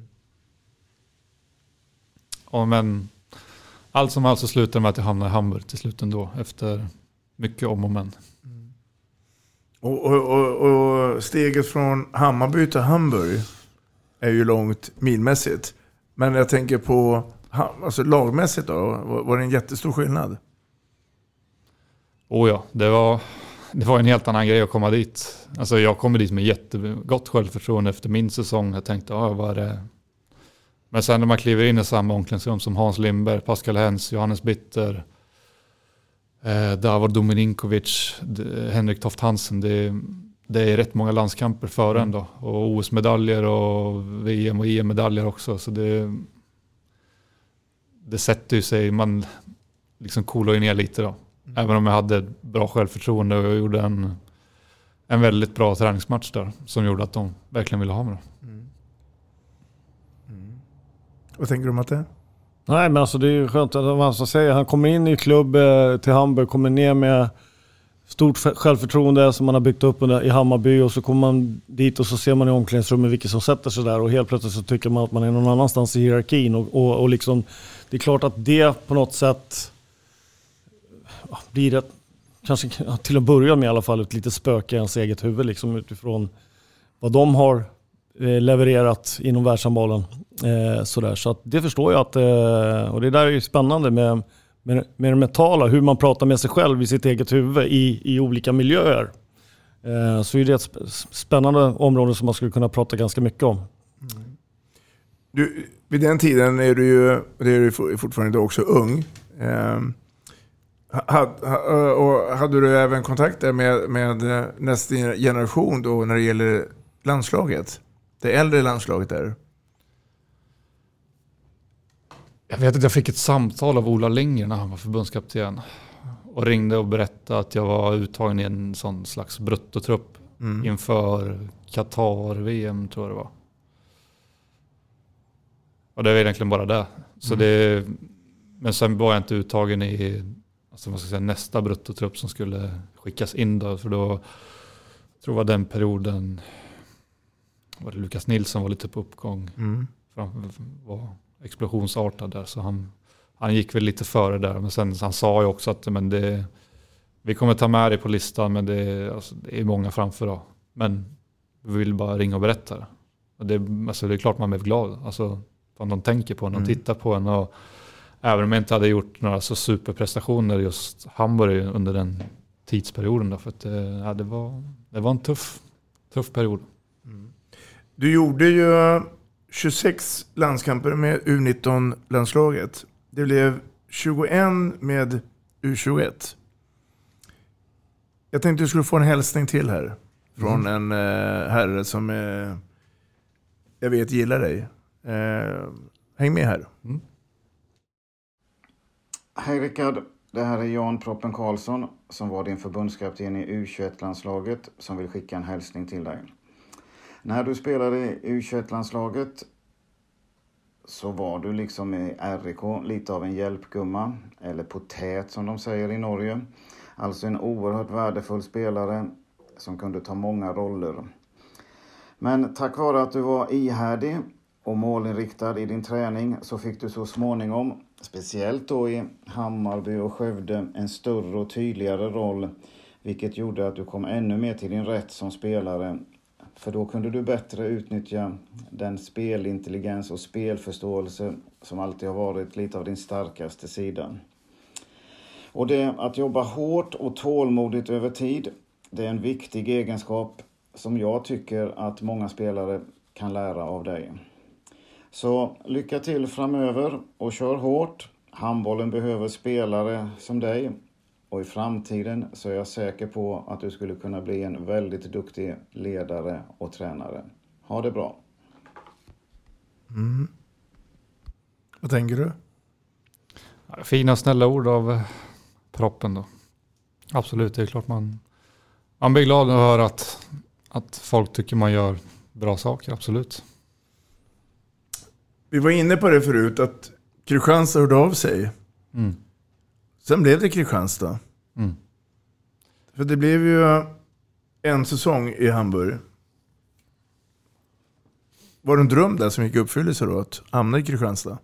Och men allt som alltså slutade med att jag hamnade i Hamburg till slut ändå, efter mycket om och men. Mm. Och, och, och, och steget från Hammarby till Hamburg är ju långt milmässigt. Men jag tänker på alltså lagmässigt då, var det en jättestor skillnad? Oh ja, det var, det var en helt annan grej att komma dit. Alltså jag kom dit med jättegott självförtroende efter min säsong. Jag tänkte, ja vad är det? Men sen när man kliver in i samma omklädningsrum som Hans Lindberg, Pascal Hens, Johannes Bitter, eh, Davor Domininkovic, D- Henrik Toft Hansen, det, det är rätt många landskamper före mm. ändå. Och O S-medaljer och V M och E M-medaljer också. Så det, det sätter ju sig, man liksom coolar ju ner lite då. Mm. Även om jag hade bra självförtroende och jag gjorde en, en väldigt bra träningsmatch där som gjorde att de verkligen ville ha mig då. Mm. Mm. Vad tänker du om att det? Nej, men alltså det är ju skönt att man ska säga, han kommer in i klubb till Hamburg, kommer ner med stort självförtroende som man har byggt upp under, i Hammarby, och så kommer man dit och så ser man i omklädningsrummet vilka som sätter sig där, och helt plötsligt så tycker man att man är någon annanstans i hierarkin, och, och, och liksom, det är klart att det på något sätt blir det kanske till att börja med i alla fall ett litet spöke i ens eget huvud liksom, utifrån vad de har eh, levererat inom världshandbollen. Eh, sådär. Så att det förstår jag att, eh, och det där är ju spännande med, med, med det mentala, hur man pratar med sig själv i sitt eget huvud i, i olika miljöer. Eh, så är det ett spännande område som man skulle kunna prata ganska mycket om. Mm. Du, vid den tiden är du ju, det är du fortfarande också ung. Eh, had, och hade du även kontakter med, med nästa generation då när det gäller landslaget? Det äldre landslaget där? Jag vet att jag fick ett samtal av Ola Lindgren när han var förbundskapten. Och ringde och berättade att jag var uttagen i en sån slags bruttotrupp mm. inför Qatar-V M tror jag det var. Och det var egentligen bara det. Så mm. det. Men sen var jag inte uttagen i alltså vad ska jag säga, nästa bruttotrupp som skulle skickas in då. För då tror jag var den perioden var det Lukas Nilsson var lite på uppgång. Mm. Fram, var explosionsartad där så han Han gick väl lite före där, men sen han sa ju också att men det, vi kommer ta med dig på listan, men det, alltså, det är många framför då. Men vi vill bara ringa och berätta det. Och det, alltså, det är klart man blir glad. Alltså, om de tänker på en och mm. tittar på en. Och, även om jag inte hade gjort några så superprestationer just Hamburg under den tidsperioden. Då, för att det, ja, det, var, det var en tuff, tuff period. Mm. Du gjorde ju tjugosex landskamper med U nitton-landslaget. Det blev tjugoen med U tjugoett. Jag tänkte du skulle få en hälsning till här. Från mm. en eh, herre som eh, jag vet gillar dig. Eh, häng med här. Mm. Hej Rickard, det här är Jan Proppen Karlsson som var din förbundskapten i U tjugoett-landslaget som vill skicka en hälsning till dig. När du spelade i U tjugoett-landslaget så var du liksom i R I K lite av en hjälpgumma, eller potät som de säger i Norge. Alltså en oerhört värdefull spelare som kunde ta många roller. Men tack vare att du var ihärdig och målinriktad i din träning så fick du så småningom, speciellt då i Hammarby och Skövde, en större och tydligare roll. Vilket gjorde att du kom ännu mer till din rätt som spelare. För då kunde du bättre utnyttja den spelintelligens och spelförståelse som alltid har varit lite av din starkaste sida. Och det att jobba hårt och tålmodigt över tid, det är en viktig egenskap som jag tycker att många spelare kan lära av dig. Så lycka till framöver och kör hårt. Handbollen behöver spelare som dig. Och i framtiden så är jag säker på att du skulle kunna bli en väldigt duktig ledare och tränare. Ha det bra. Mm. Vad tänker du? Fina snälla ord av Proppen då. Absolut, det är klart man, man blir glad att höra att, att folk tycker man gör bra saker, absolut. Vi var inne på det förut att Kristianstad hörde av sig. Mm. Sen blev det Kristianstad. Mm. För det blev ju en säsong i Hamburg. Var det en dröm där som gick uppfyllelse då att hamna i Kristianstad?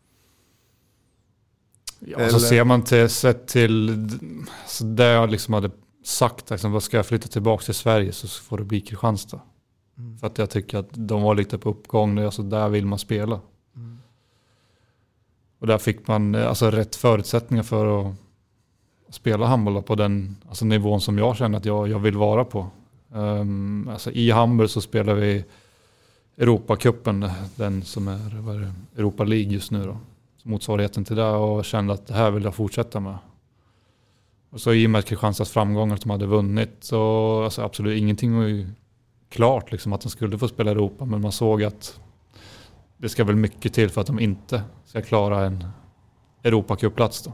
Ja, Eller? Så ser man till, sett till så där jag liksom hade sagt liksom, vad ska jag flytta tillbaka till Sverige så får det bli Kristianstad. Mm. För att jag tycker att de var lite på uppgång och alltså, där vill man spela. Mm. Och där fick man alltså, rätt förutsättningar för att spela handboll på den alltså, nivån som jag känner att jag, jag vill vara på. Um, alltså, i Hamburg så spelar vi Europacupen, den som är, vad är det, Europa League just nu då. Motsvarigheten till det och kände att det här vill jag fortsätta med. Och så i och med Kristianstads framgångar som hade vunnit så alltså, absolut ingenting var ju klart liksom, att de skulle få spela Europa, men man såg att det ska väl mycket till för att de inte ska klara en Europacup-plats då.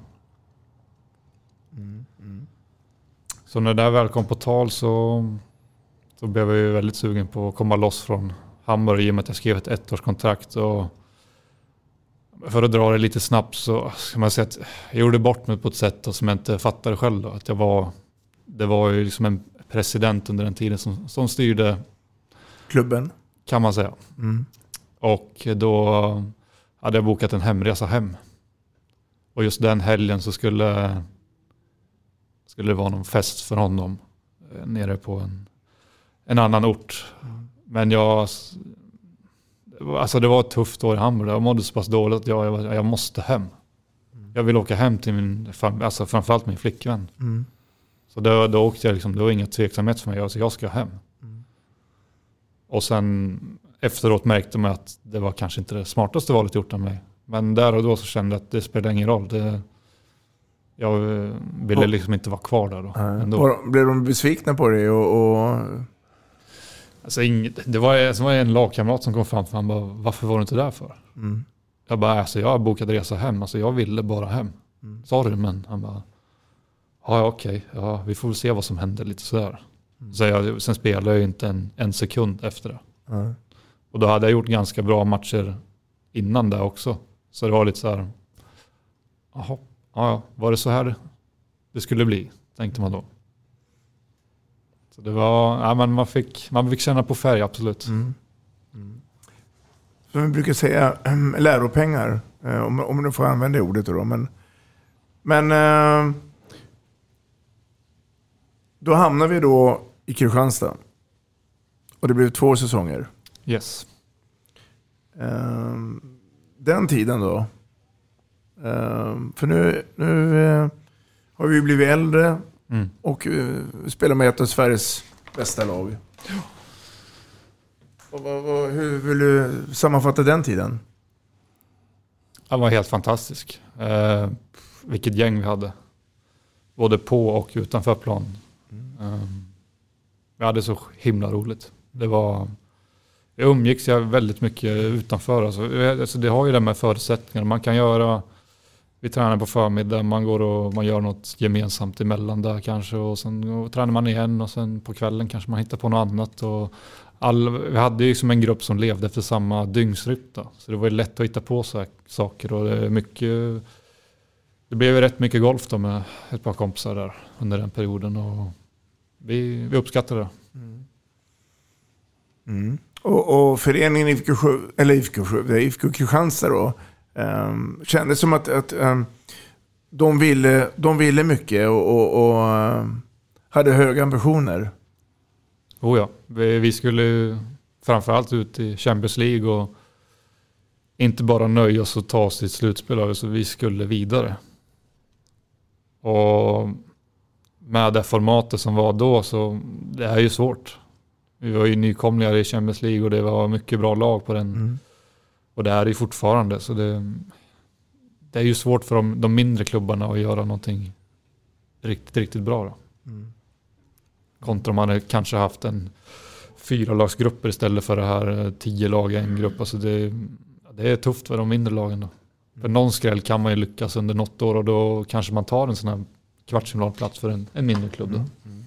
Mm, mm. Så när det där väl kom på tal så, så blev jag ju väldigt sugen på att komma loss från Hamburg i och med att jag skrev ett ettårskontrakt. Och för att dra det lite snabbt så ska man säga att jag gjorde bort mig på ett sätt då, som jag inte fattade själv då. Att jag var, det var ju liksom en president under den tiden som, som styrde klubben, kan man säga. Mm. Och då hade jag bokat en hemresa hem. Och just den helgen så skulle, skulle det vara någon fest för honom nere på en, en annan ort. Mm. Men jag, alltså det var ett tufft år i Hamburg. Jag mådde så pass dåligt att jag, jag, jag måste hem. Mm. Jag vill åka hem till min, alltså framförallt min flickvän. Mm. Så då, då åkte jag liksom, det var inga tveksamhet för mig. Alltså jag ska hem. Mm. Och sen efteråt märkte man att det var kanske inte det smartaste valet gjort av mig. Men där och då så kände jag att det spelade ingen roll. Det, jag ville liksom inte vara kvar där då. Ändå. Blev de besvikna på dig? Och, och... Alltså, inget, det var, det var en lagkamrat som kom fram till mig och bara, varför var du inte där för? Mm. Jag bara, alltså, jag har bokat resa hem. Alltså, jag ville bara hem. Mm. Sorry, men han bara, ja okej, okay. Ja, vi får väl se vad som händer lite sådär. Mm. Så jag, sen spelade jag ju inte en, en sekund efter det. Mm. Och då hade jag gjort ganska bra matcher innan det också. Så det var lite så här, jaha, ja, var det så här det skulle bli, tänkte man då. Så det var, ja, men man fick, man fick känna på färg, absolut. Mm. Mm. Som vi brukar säga, läropengar, om, om du får använda ordet då. Men, men då hamnar vi då i Kristianstad. Och det blev två säsonger. Yes. Den tiden då. För nu, nu har vi blivit äldre mm. och spelar med ett av Sveriges bästa lag. Ja. Och vad, vad, hur vill du sammanfatta den tiden? Den var helt fantastisk. Eh, vilket gäng vi hade. Både på och utanför plan. Mm. Eh, vi hade så himla roligt. Det var... Jag umgicks jag väldigt mycket utanför. Alltså, alltså det har ju det med förutsättningar. Man kan göra... Vi tränar på förmiddag. Man går och man gör något gemensamt emellan där kanske. Och sen och tränar man igen. Och sen på kvällen kanske man hittar på något annat. Och all, vi hade ju som en grupp som levde efter samma dygnsrytm. Så det var ju lätt att hitta på så saker. Och det, är mycket, det blev ju rätt mycket golf då med ett par kompisar där under den perioden. Och vi, vi uppskattade det. Mm. Mm. Och, och föreningen I F K Sjö, eller I F K Sjö, I F K Kristianstad då, um, kändes som att, att um, de, ville, de ville mycket och, och, och um, hade höga ambitioner. Oh ja, vi, vi skulle framförallt ut i Champions League och inte bara nöja oss och ta oss till ett slutspel, så vi skulle vidare. Och med det formatet som var då, så det är ju svårt. Vi var ju nykomlingar i Champions League och det var mycket bra lag på den. Mm. Och det är det ju fortfarande. Så det, det är ju svårt för de, de mindre klubbarna att göra någonting riktigt, riktigt bra då. Mm. Kontra om man hade kanske haft en fyra lagsgrupper istället för det här tio lag i en grupp. Alltså det, det är tufft för de mindre lagen då. Mm. För någon skräll kan man ju lyckas under något år och då kanske man tar en sån här kvartsfinalplats för en, en mindre klubb då. Mm. Mm.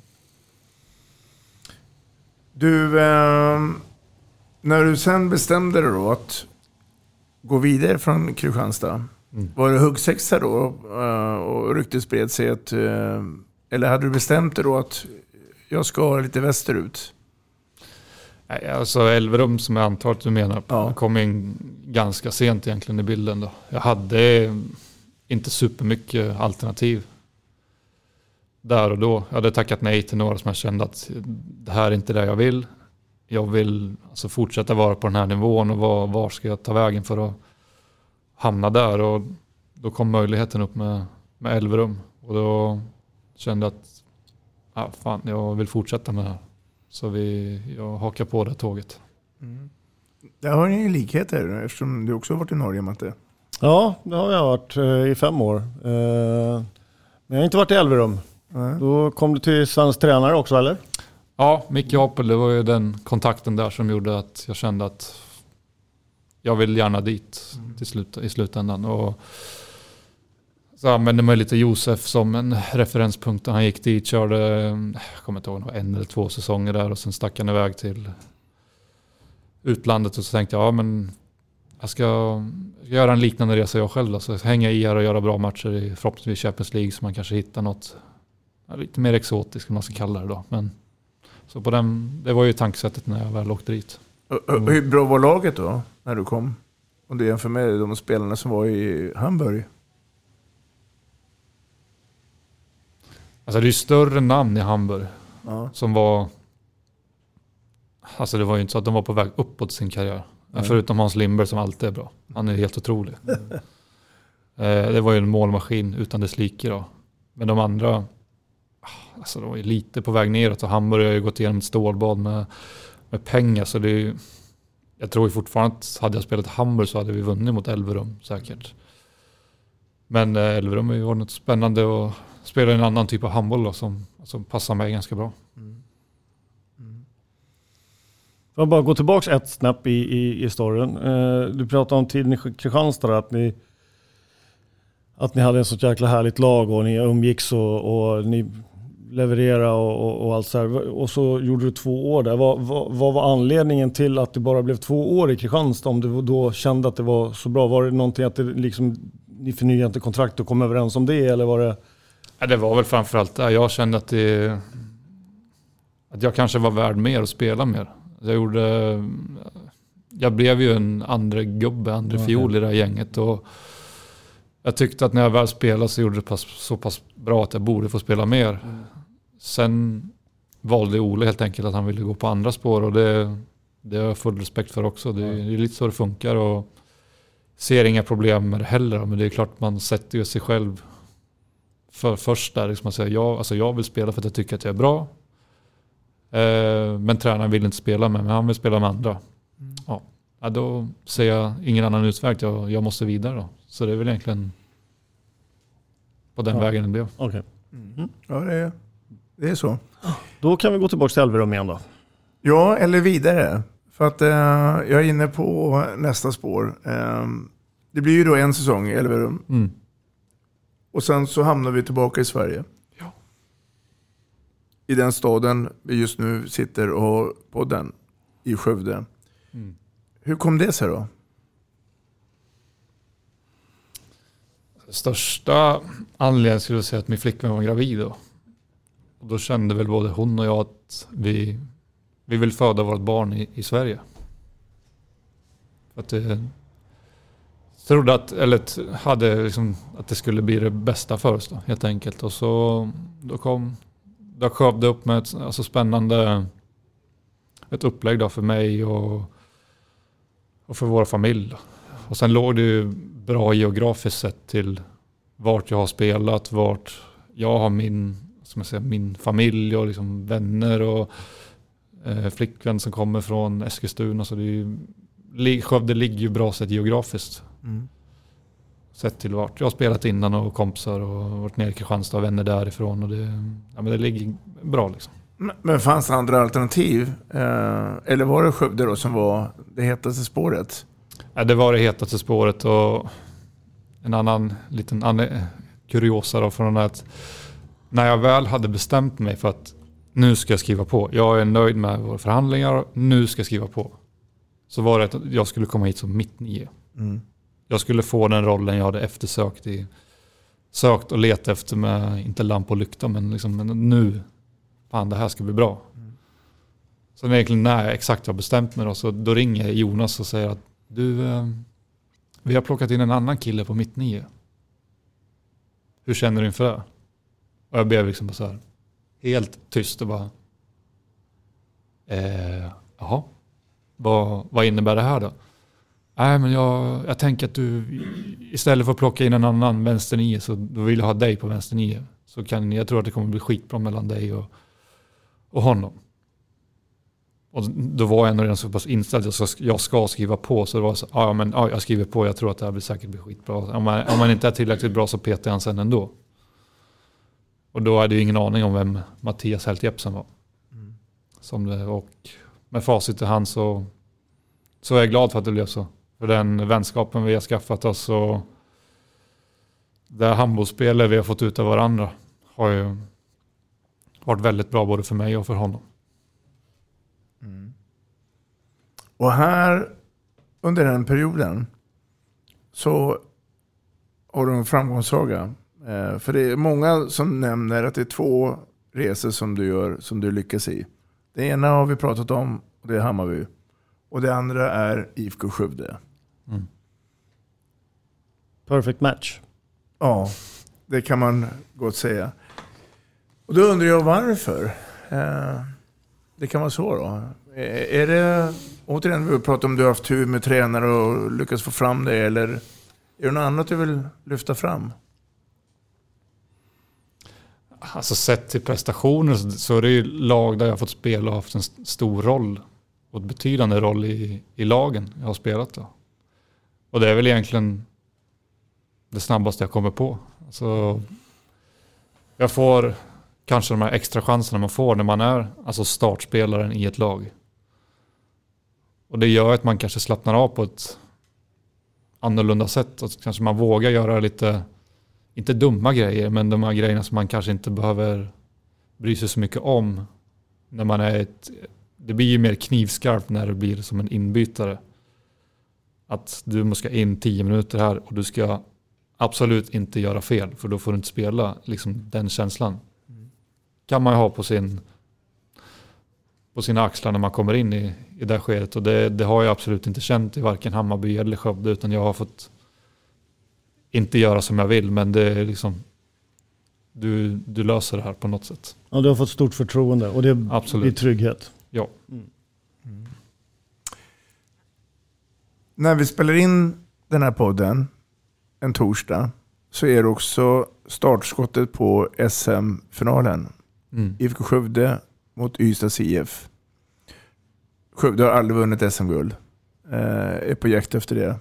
Du, eh, när du sen bestämde dig då att gå vidare från Kristianstad, mm. var det huggsexa då eh, och ryktet spred sig att, eh, eller hade du bestämt dig då att jag ska lite västerut? Nej, alltså Elverum som jag antar att du menar, ja. kom in ganska sent egentligen i bilden då. Jag hade inte supermycket alternativ där och då. Jag hade tackat nej till några som jag kände att det här är inte det jag vill. Jag vill alltså fortsätta vara på den här nivån och var, var ska jag ta vägen för att hamna där. Och då kom möjligheten upp med, med Elverum. Och då kände jag att ja, fan, jag vill fortsätta med det här. Så vi, jag hakar på det tåget. Mm. Där har ni ju likheter eftersom du också har varit i Norge, Matte. Ja, det har jag varit eh, i fem år. Eh, men jag har inte varit i Elverum. Mm. Då kom du till svensk tränare också, eller? Ja, Micke Apel, det var ju den kontakten där som gjorde att jag kände att jag vill gärna dit mm. till slut, i slutändan. Och så använde man lite Josef som en referenspunkt. Han gick dit, körde, jag kommer inte ihåg, en eller två säsonger där och sen stack han iväg till utlandet och så tänkte jag, ja men jag ska, jag ska göra en liknande resa jag själv då. Så hänga i här och göra bra matcher i förhoppningsvis Champions League så man kanske hittar något lite mer exotiskt som man ska kalla det då. Men så på den, det var ju tankesättet när jag väl åkte dit. Mm. Hur bra var laget då när du kom? Om du jämför med de spelarna som var i Hamburg. Alltså det är ju större namn i Hamburg ja. som var, alltså det var ju inte så att de var på väg uppåt sin karriär. Mm. Förutom Hans Lindberg som alltid är bra. Han är helt otrolig. Mm. eh, det var ju en målmaskin utan dess like då. Men de andra, alltså de var ju lite på väg neråt och Hamburg har ju gått igenom ett stålbad med, med pengar. Så det är ju, jag tror fortfarande att hade jag spelat Hamburg så hade vi vunnit mot Elverum säkert. Men eh, Elverum är ju något spännande att spela en annan typ av handboll då, som, som passar mig ganska bra. Mm. Mm. Jag bara gå tillbaka ett snäpp i, i, i storyn. Eh, du pratade om tiden i Kristianstad, att ni att ni hade en sånt jäkla härligt lag och ni umgicks och, och ni levererade och, och, och allt så här. Och så gjorde du två år där. Vad, vad, vad var anledningen till att det bara blev två år i Kristianstad, om du då kände att det var så bra? Var det någonting att det liksom, ni förnyade inte kontrakt och kom överens om det, eller var det? Ja, det var väl framförallt där jag kände att det, att jag kanske var värd mer att spela mer. Jag gjorde jag blev ju en andra gubbe, andra okay. fiol i det här gänget, och jag tyckte att när jag väl spelade så gjorde det pass, så pass bra att jag borde få spela mer. Mm. Sen valde Ole helt enkelt att han ville gå på andra spår, och det, det har jag full respekt för också. Det, mm. det är lite så det funkar, och ser inga problem med det heller. Men det är klart man sätter ju sig själv för först där. Liksom man säger, jag, alltså jag vill spela för att jag tycker att jag är bra. Eh, men tränaren vill inte spela med mig, han vill spela med andra. Mm. Ja. Ja, då ser jag ingen annan utväg. Jag, jag måste vidare då. Så det är väl egentligen på den ja. vägen det blev. Okay. Mm. Ja, det är, det är så. Då kan vi gå tillbaka till Elverum igen då. Ja, eller vidare. För att eh, jag är inne på nästa spår. Eh, det blir ju då en säsong i Elverum. Mm. Och sen så hamnar vi tillbaka i Sverige. Ja. I den staden vi just nu sitter och på den i Skövde. Mm. Hur kom det sig då? Största anledningen skulle jag säga att min flickvän var gravid då. Och då kände väl både hon och jag att vi, vi vill föda vårt barn i, i Sverige. För att det, trodde att, eller hade liksom, att det skulle bli det bästa för oss då, helt enkelt. Och så då kom, då sköv det upp med ett alltså spännande ett upplägg då för mig och, och för vår familj då. Och sen låg det ju bra geografiskt sett till vart jag har spelat, vart jag har min, som jag säger, min familj och liksom vänner och eh, flickvän som kommer från Eskilstuna. Så det är ju, Skövde ligger ju bra sett geografiskt. Mm. Sett till vart jag har spelat innan och kompisar och varit nere i Kristianstad och vänner därifrån. Och det, ja, men det ligger bra liksom. Men, men fanns det andra alternativ? Eh, eller var det Skövde då som var det hetaste spåret? Ja, det var det hetaste spåret, och en annan liten annan kuriosa då från att när jag väl hade bestämt mig för att nu ska jag skriva på, jag är nöjd med våra förhandlingar, nu ska jag skriva på, så var det att jag skulle komma hit som mitt nio. Mm. Jag skulle få den rollen jag hade eftersökt i, sökt och letat efter med, inte lamp och lykta, men liksom, men nu, fan, det här ska bli bra. Mm. Så egentligen när jag exakt har bestämt mig då, så då ringer Jonas och säger att du, eh, vi har plockat in en annan kille på mitt nio. Hur känner du inför det? Och jag blev liksom bara så här helt tyst och bara eh, jaha, vad, vad innebär det här då? Nej, men jag, jag tänker att du istället för att plocka in en annan vänster nio, så då vill jag ha dig på vänster nio. Så kan, jag tror att det kommer bli skitbra mellan dig och, och honom. Och då var jag ändå redan så pass inställd att jag ska, jag ska skriva på. Så det var så, ja men ja, jag skriver på, jag tror att det här blir säkert blir skitbra. Om man, om man inte är tillräckligt bra så petar han sen ändå. Och då hade jag ingen aning om vem Mattias Helt Jepsen var. Mm. Som det, och med facit i hand så, så är jag glad för att det blev så. För den vänskapen vi har skaffat oss och det handbollsspelet vi har fått ut av varandra har ju varit väldigt bra både för mig och för honom. Mm. Och här under den perioden så har du en framgångssaga. Eh, för det är många som nämner att det är två resor som du gör som du lyckas i. Det ena har vi pratat om, och det är Hammarby. Och det andra är I F K Skövde. Mm. Perfect match. Ja, det kan man gott säga. Och då undrar jag varför. Eh, det kan vara så då. Eh, är det, återigen vi pratar om du har haft tur med tränare och lyckats få fram det, eller är det något annat du vill lyfta fram? Alltså sett till prestationer så är det ju lag där jag har fått spela och haft en st- stor roll. och ett betydande roll i, i lagen jag har spelat då. Och det är väl egentligen det snabbaste jag kommer på. Alltså, jag får kanske de här extra chanserna man får när man är alltså startspelaren i ett lag. Och det gör att man kanske slappnar av på ett annorlunda sätt. Och kanske man vågar göra lite, inte dumma grejer, men de här grejerna som man kanske inte behöver bry sig så mycket om. När man är ett, det blir ju mer knivskarpt när det blir som en inbytare. Att du måste in tio minuter här och du ska absolut inte göra fel, för då får du inte spela liksom den känslan. Mm. Kan man ju ha på sin på sina axlar när man kommer in i, i det skedet, och det, det har jag absolut inte känt i varken Hammarby eller Skövde, utan jag har fått inte göra som jag vill, men det är liksom du, du löser det här på något sätt. Ja, du har fått stort förtroende och det absolut. Blir trygghet. Ja. Mm. Mm. När vi spelar in den här podden en torsdag så är det också startskottet på S M-finalen. Mm. I F K Skövde mot Ystads I F. Skövde har aldrig vunnit S M-guld. Eh, är på jakt efter det.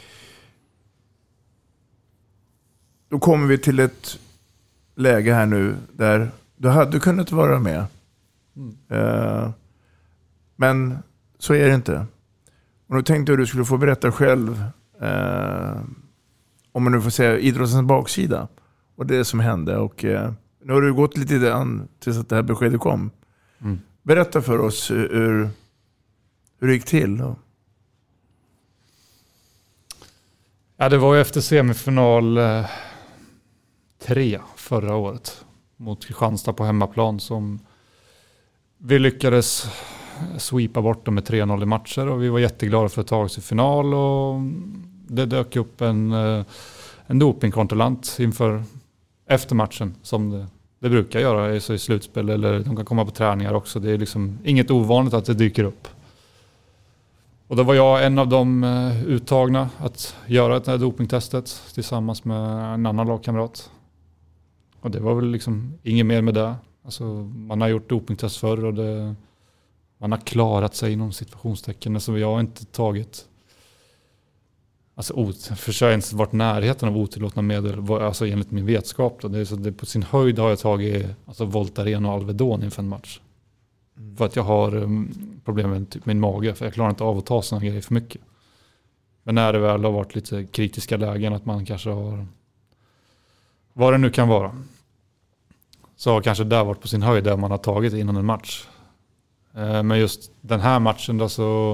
Då kommer vi till ett läge här nu där du hade kunnat vara med. Mm. Eh, men så är det inte. Och då tänkte jag att du skulle få berätta själv, eh, om man nu får säga idrottens baksida och det som hände. Och eh, nu har du gått lite grann tills att det här beskedet kom. Mm. Berätta för oss hur, hur det gick till. Ja, det var ju efter semifinal eh, tre förra året mot Kristianstad på hemmaplan som vi lyckades sweepa bort dem med tre noll i matcher, och vi var jätteglada för att ta oss i final, och det dök upp en, en dopingkontrollant inför efter matchen som det, det brukar göra i slutspel, eller de kan komma på träningar också. Det är liksom inget ovanligt att det dyker upp. Och då var jag en av de uttagna att göra det här dopingtestet tillsammans med en annan lagkamrat. Och det var väl liksom inget mer med det. Alltså, man har gjort dopingtest förr och det, man har klarat sig inom situationstecken. Alltså, jag har inte tagit, alltså för jag har inte varit närheten av otillåtna medel, alltså enligt min vetskap. Då. Det är så det, på sin höjd har jag tagit alltså Voltaren och Alvedon inför en match. Mm. För att jag har um, problem med typ min mage, för jag klarar inte av att ta sådana grejer för mycket. Men när det väl har varit lite kritiska lägen, att man kanske har, vad det nu kan vara, så har kanske där varit på sin höjd där man har tagit innan en match. Eh, men just den här matchen då så,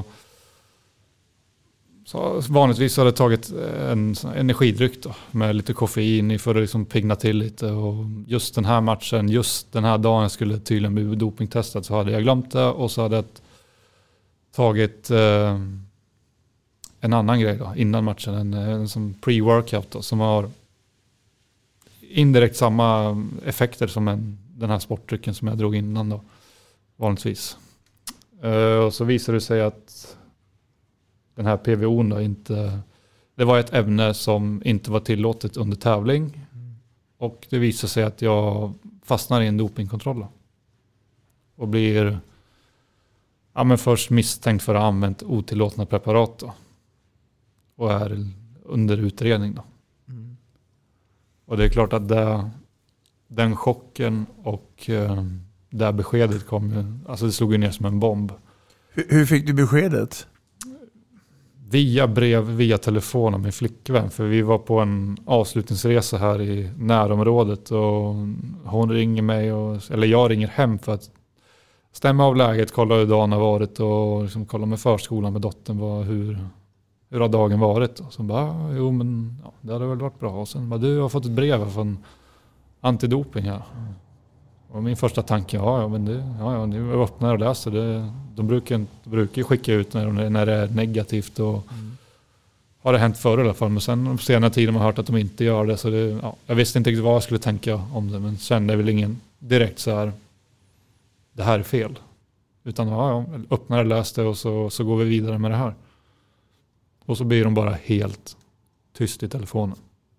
så vanligtvis har det tagit en energidryck då, med lite koffein i för att liksom pigna till lite. Och just den här matchen, just den här dagen jag skulle tydligen bli dopingtestad, så hade jag glömt det, och så hade jag tagit eh, en annan grej då, innan matchen, en, en som pre-workout då, som har indirekt samma effekter som en, den här sportdrycken som jag drog innan då, vanligtvis. Uh, och så visade det sig att den här P V O då inte, det var ett ämne som inte var tillåtet under tävling. Mm. Och det visade sig att jag fastnar i en dopingkontroll då. Och blir ja, men först misstänkt för att ha använt otillåtna preparat då. Och är under utredning då. Mm. Och det är klart att det, den chocken och eh, det här beskedet kom ju, alltså det slog ju ner som en bomb. Hur, hur fick du beskedet? Via brev, via telefon av min flickvän. För vi var på en avslutningsresa här i närområdet, och hon ringer mig, och, eller jag ringer hem för att stämma av läget, kolla hur dagen har varit, och liksom kolla med förskolan med dottern, vad, hur, hur har dagen varit. Och så bara, jo men ja, det hade väl varit bra. Och sen bara, du har fått ett brev från antidoping här. Och min första tanke, ja, ja men det, ja, ja, nu öppnar och läser det. De brukar, de brukar skicka ut när, när det är negativt, och mm. har det hänt förr i alla fall. Men sen på senare tiden har man hört att de inte gör det. Så det, ja, jag visste inte riktigt vad jag skulle tänka om det, men kände väl ingen direkt så här, det här är fel. Utan ja, ja öppnar och läste, och så, så går vi vidare med det här. Och så blir de bara helt tyst i telefonen.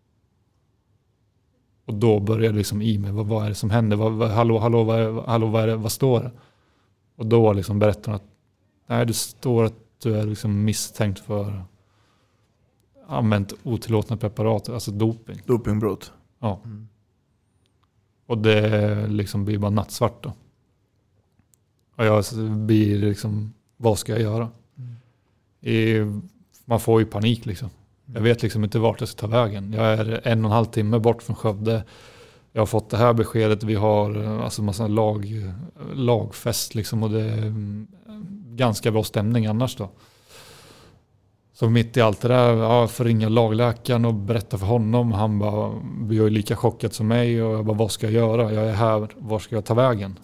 Och då börjar det liksom i mig, vad, vad är det som händer? Vad, vad, hallå, hallå, vad, hallå vad, är det, vad står det? Och då liksom berättar de att Nej, det står att du är liksom misstänkt för använt otillåtna preparat, alltså doping. Dopingbrott. Ja. Mm. Och det liksom blir bara nattsvart då. Och jag blir liksom, vad ska jag göra? Mm. I, man får ju panik liksom. Jag vet liksom inte vart jag ska ta vägen. Jag är en och en halv timme bort från Skövde. Jag har fått det här beskedet. Vi har alltså massa lag, lagfest liksom, och det är ganska bra stämning annars då. Så mitt i allt det där, ja, får ringa lagläkaren och berätta för honom. Han bara, blir ju lika chockad som mig. Och jag bara, vad ska jag göra? Jag är här, var ska jag ta vägen?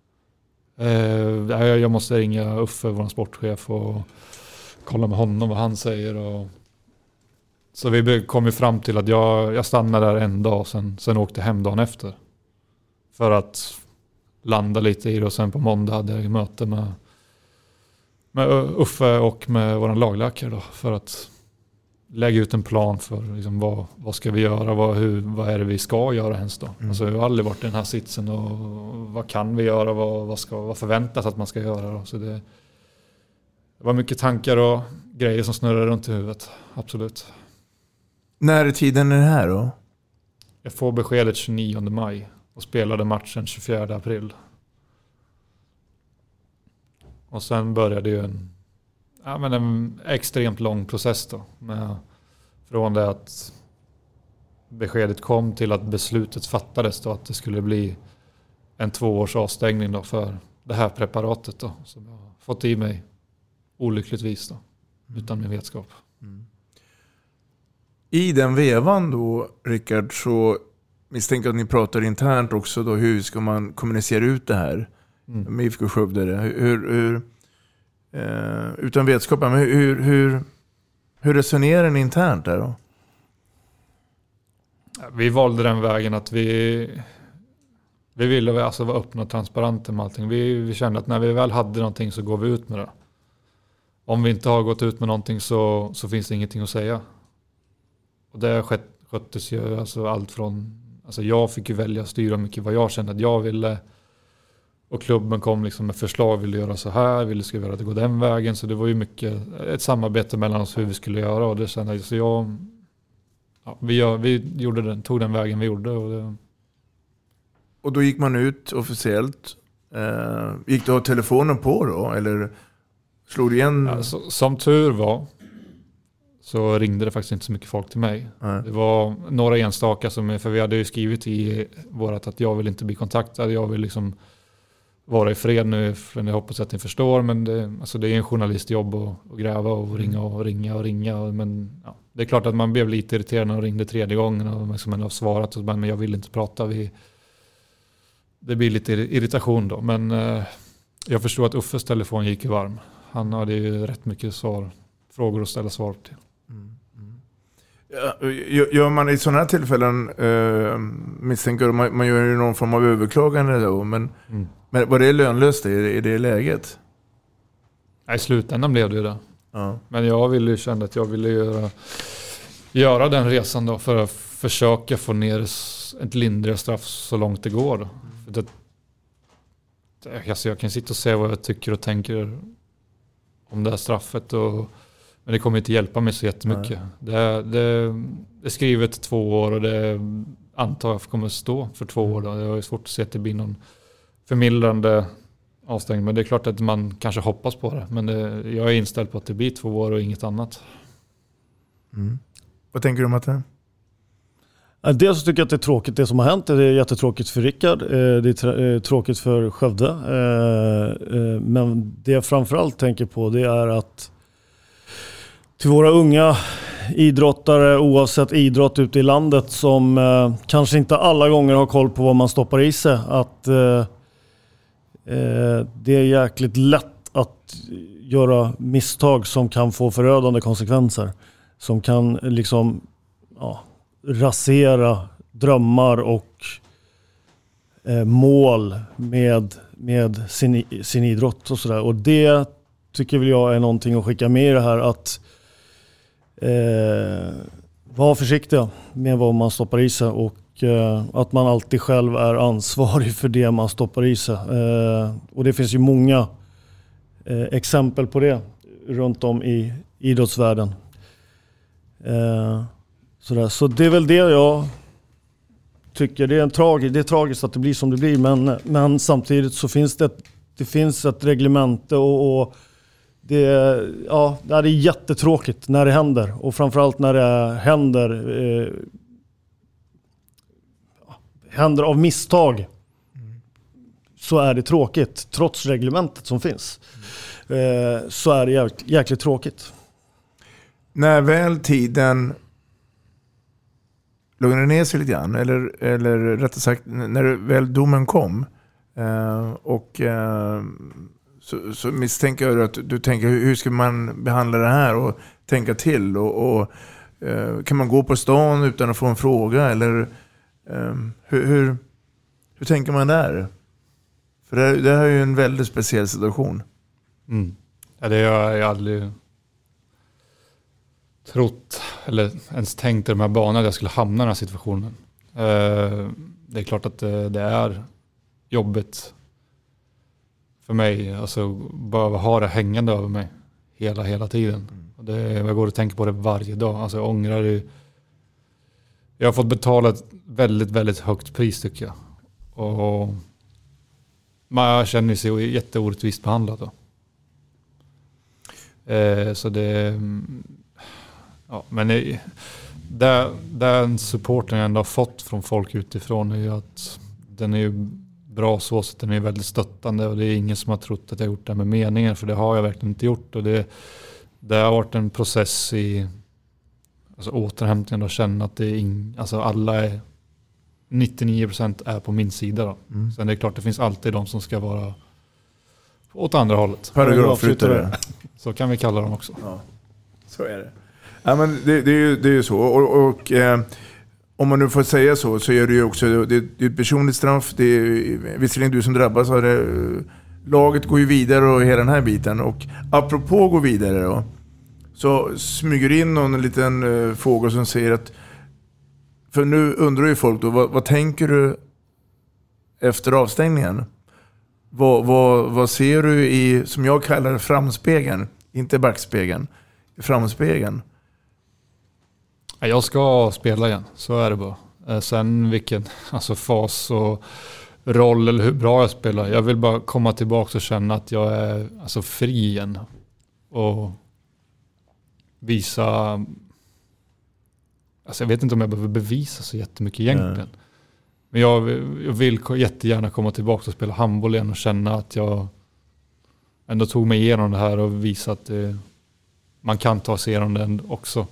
Eh, jag måste ringa Uffe, vår sportchef, och kolla med honom vad han säger. Och så vi kom ju fram till att jag, jag stannade där en dag och sen, sen åkte hem dagen efter. För att landa lite i det, och sen på måndag hade jag möte med, med Uffe och med vår lagläkare då, för att lägga ut en plan för liksom, vad, vad ska vi göra, vad, hur, vad är det vi ska göra ens då. Mm. Alltså, jag har aldrig varit i den här sitsen, och vad kan vi göra, vad, vad, ska, vad förväntas att man ska göra då. Så det, det var mycket tankar och grejer som snurrade runt i huvudet, absolut. När är tiden är det här då? Jag får beskedet tjugonionde maj och spelade matchen tjugofjärde april. Och sen började ju en, ja, men en extremt lång process då. Med, från det att beskedet kom till att beslutet fattades då, att det skulle bli en tvåårs avstängning då för det här preparatet då, som jag har fått i mig olyckligtvis då, utan min vetskap. Mm. I den vevan då, Rickard, så misstänker att ni pratar internt också då, hur ska man kommunicera ut det här mm. med I F K Skövde? Hur, hur, eh, utan vetskap, men hur, hur, hur resonerar ni internt där då? Vi valde den vägen att vi vi ville alltså vara öppna och transparenta med allting. Vi, vi kände att när vi väl hade någonting så går vi ut med det. Om vi inte har gått ut med någonting så, så finns det ingenting att säga. Och det skett, sköttes ju alltså allt från, alltså jag fick ju välja att styra mycket vad jag kände att jag ville, och klubben kom liksom med förslag, ville göra så här, ville ska göra det, gå den vägen, så det var ju mycket ett samarbete mellan oss hur vi skulle göra, och det kände jag, så jag ja, vi, gör, vi gjorde den, tog den vägen vi gjorde. Och, det... och då gick man ut officiellt, eh, gick du ha telefonen på då, eller slog du igen? Ja, så, som tur var så ringde det faktiskt inte så mycket folk till mig. Nej. Det var några enstaka som, för vi hade ju skrivit i vårat att jag vill inte bli kontaktad, jag vill liksom vara i fred nu, för jag hoppas att ni förstår, men det, alltså det är en journalistjobb att, att gräva och ringa och ringa och ringa, men ja, det är klart att man blev lite irriterad när de ringde tredje gången och liksom man har svarat, och, men jag vill inte prata, vi, det blir lite irritation då, men eh, jag förstår att Uffes telefon gick i varm. Han hade ju rätt mycket svar, frågor att ställa svar till. Mm. Mm. Ja, gör man i sådana här tillfällen eh, misstänker man, man gör ju någon form av överklagande då, men, mm. men var det lönlöst i, i det läget? I slutändan blev det ju det. Ja. Men jag ville ju känna att jag ville göra, göra den resan då, för att försöka få ner ett lindrigare straff så långt det går då. Mm. För det, alltså jag kan sitta och säga vad jag tycker och tänker om det här straffet, och men det kommer inte hjälpa mig så jättemycket. Det, det, det är skrivet två år och det antar jag kommer att stå för två år. Då. Det är svårt att se att det blir någon förmildrande avstängning. Men det är klart att man kanske hoppas på det. Men det, jag är inställd på att det blir två år och inget annat. Mm. Vad tänker du om det? Dels så tycker jag att det är tråkigt det som har hänt. Det är jättetråkigt för Rickard. Det är tråkigt för Skövde. Men det jag framförallt tänker på, det är att till våra unga idrottare, oavsett idrott ute i landet, som eh, kanske inte alla gånger har koll på vad man stoppar i sig, att eh, eh, det är jäkligt lätt att göra misstag som kan få förödande konsekvenser, som kan liksom ja, rasera drömmar och eh, mål med, med sin, sin idrott och sådär. Och det tycker väl jag är någonting att skicka med i det här, att Eh, var försiktiga med vad man stoppar i sig, och eh, att man alltid själv är ansvarig för det man stoppar i sig. Eh, och det finns ju många eh, exempel på det runt om i idrottsvärlden. Eh, sådär. Så det är väl det jag tycker. Det är, en tragi- det är tragiskt att det blir som det blir, men, men samtidigt så finns det, det finns ett reglemente och, och det, ja, det är jättetråkigt när det händer. Och framförallt när det händer, eh, händer av misstag. Mm. Så är det tråkigt, trots reglementet som finns. Mm. Eh, så är det jäk- jäkligt tråkigt. När väl tiden lugnade ner sig lite grann, eller, eller rättare sagt när väl domen kom eh, och eh, så, så misstänker jag att du tänker hur ska man behandla det här och tänka till och, och eh, kan man gå på stan utan att få en fråga eller eh, hur, hur, hur tänker man där? För det, det här är ju en väldigt speciell situation. Mm. Ja, det har jag aldrig trott eller ens tänkt i de här banorna att jag skulle hamna i den här situationen. Eh, det är klart att det, det är jobbigt för mig, alltså behöva ha det hängande över mig hela, hela tiden. Mm. Och det, jag går och tänker på det varje dag. Alltså jag ångrar det. Jag har fått betala ett väldigt, väldigt högt pris tycker jag. Och man känner sig jätteorättvist behandlad då. Eh, så det... Ja, men det, det, den supporten jag ändå har fått från folk utifrån är ju att den är ju bra så, så den är väldigt stöttande och det är ingen som har trott att jag gjort det med meningen, för det har jag verkligen inte gjort. Och det, det har varit en process i alltså återhämtningen och känna att det är ing, alltså alla är nittionio procent är på min sida då. Mm. Sen det är klart det finns alltid de som ska vara åt andra hållet. Paragrafryttare. Så kan vi kalla dem också. Ja, så är det. Ja, men det, det är ju det är ju så. Och, och eh, om man nu får säga så, så är det ju också det, det är ett personligt straff. Det är visserligen du som drabbas av det. Laget går ju vidare och hela den här biten. Och apropå gå vidare då, så smyger in någon liten uh, fråga som säger att, för nu undrar ju folk då, vad, vad tänker du efter avstängningen? Vad, vad, vad ser du i, som jag kallar framspegeln, inte backspegeln, framspegeln? Jag ska spela igen, så är det bara. Sen vilken alltså fas och roll eller hur bra jag spelar. Jag vill bara komma tillbaka och känna att jag är alltså fri igen. Och visa... Alltså jag vet inte om jag behöver bevisa så jättemycket egentligen. Mm. Men jag, jag vill jättegärna komma tillbaka och spela handboll igen och känna att jag ändå tog mig igenom det här och visa att det, man kan ta sig igenom den också.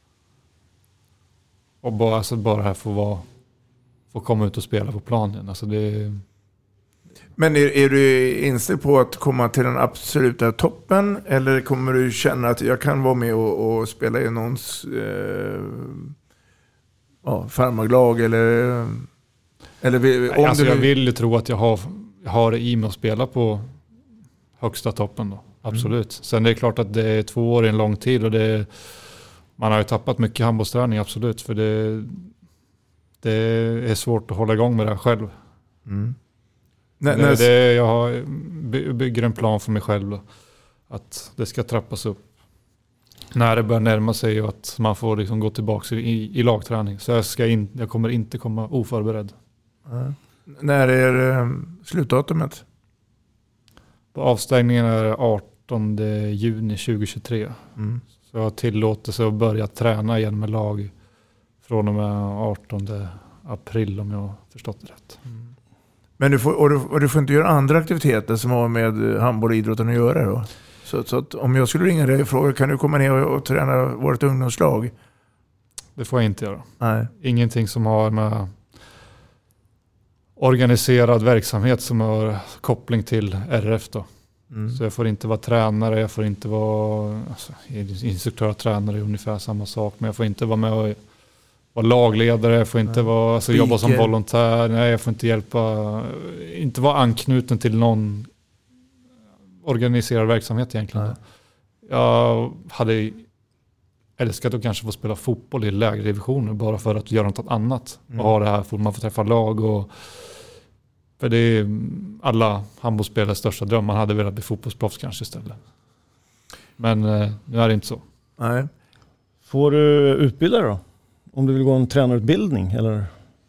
Och bara, alltså bara här få, vara, få komma ut och spela på planen. Alltså det... Men är, är du inställd på att komma till den absoluta toppen? Eller kommer du känna att jag kan vara med och, och spela i någons eh, ja, farmaglag? Eller, eller, om alltså du... jag vill ju tro att jag har, jag har det i mig att spela på högsta toppen. Då. Absolut. Mm. Sen det är klart att det är två år i en lång tid och det är, man har ju tappat mycket handbollsträning, absolut. För det, det är svårt att hålla igång med det här själv. Mm. Det, det, det, jag har, bygger en plan för mig själv. Då, att det ska trappas upp. När det börjar närma sig och att man får liksom gå tillbaka i, i lagträning. Så jag, ska in, jag kommer inte komma oförberedd. Mm. När är eh, slutdatumet? På avstängningen är det artonde juni tjugohundratjugotre. Mm. Så jag har tillåtelse att börja träna igen med lag från och med artonde april om jag har förstått det rätt. Mm. Men du får, och du, och du får inte göra andra aktiviteter som har med handboll och idrotten att göra då? Så, så att om jag skulle ringa dig och fråga, kan du komma ner och, och träna vårt ungdomslag? Det får jag inte göra. Nej. Ingenting som har med organiserad verksamhet som har koppling till R F då. Mm. Så jag får inte vara tränare, jag får inte vara alltså, instruktör och tränare är ungefär samma sak, men jag får inte vara med och vara lagledare, jag får inte vara, alltså, jobba som volontär, nej, jag får inte hjälpa, inte vara anknuten till någon organiserad verksamhet egentligen. Nej. Jag hade älskat att kanske få spela fotboll i lägre divisioner bara för att göra något annat mm. och ha det här, för man får träffa lag och För det är alla handbollsspelares största dröm. Man hade velat bli fotbollsproffs kanske istället. Men eh, nu är det inte så. Nej. Får du utbilda då? Om du vill gå en tränarutbildning eller?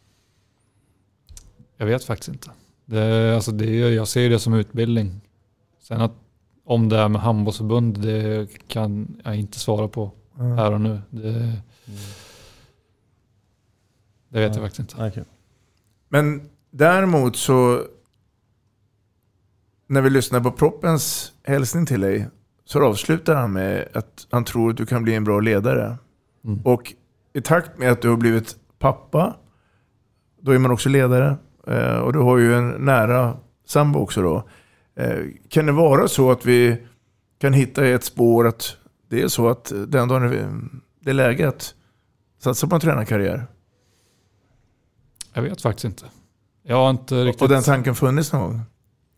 Jag vet faktiskt inte. Det, alltså det, jag ser det som utbildning. Sen att om det är med handbollsförbund, det kan jag inte svara på mm. här och nu. Det, mm. det vet ja. jag faktiskt inte. Okay. Men däremot så när vi lyssnar på Proppens hälsning till dig så avslutar han med att han tror att du kan bli en bra ledare. Mm. Och i takt med att du har blivit pappa, då är man också ledare. Eh, och du har ju en nära sambo också då. Eh, kan det vara så att vi kan hitta ett spår att det är så att den dagen det är läge att satsa på en tränarkarriär? Jag vet faktiskt inte. Jag har inte riktigt... Och den tanken funnits någon gång?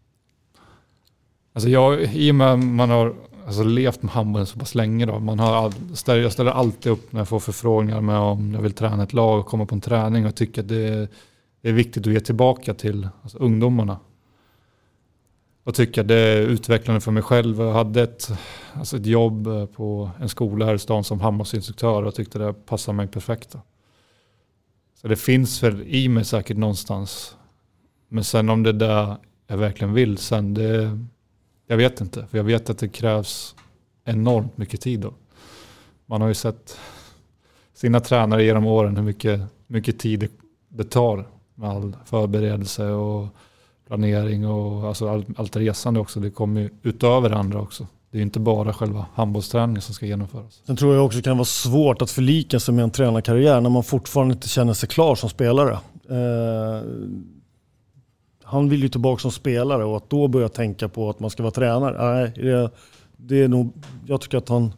Alltså jag, i och med att man har alltså levt med handbollen så pass länge då. Man har all, jag ställer alltid upp när jag får förfrågningar med om jag vill träna ett lag och komma på en träning och tycker att det är, det är viktigt att ge tillbaka till alltså ungdomarna. Och tycker att det är utvecklande för mig själv. Jag hade ett, alltså ett jobb på en skola här i stan som handbollsinstruktör och tyckte det passade mig perfekt då. Så det finns väl i mig säkert någonstans. Men sen om det är där jag verkligen vill sen, det, jag vet inte. För jag vet att det krävs enormt mycket tid då. Man har ju sett sina tränare genom åren hur mycket, mycket tid det tar med all förberedelse och planering och alltså all, allt resande också. Det kommer ju utöver andra också. Det är ju inte bara själva handbollsträningen som ska genomföras. Sen tror jag också det kan vara svårt att förlika sig med en tränarkarriär när man fortfarande inte känner sig klar som spelare. Eh, han vill ju tillbaka som spelare och att då börja tänka på att man ska vara tränare. Nej, det, det är nog, jag tycker att han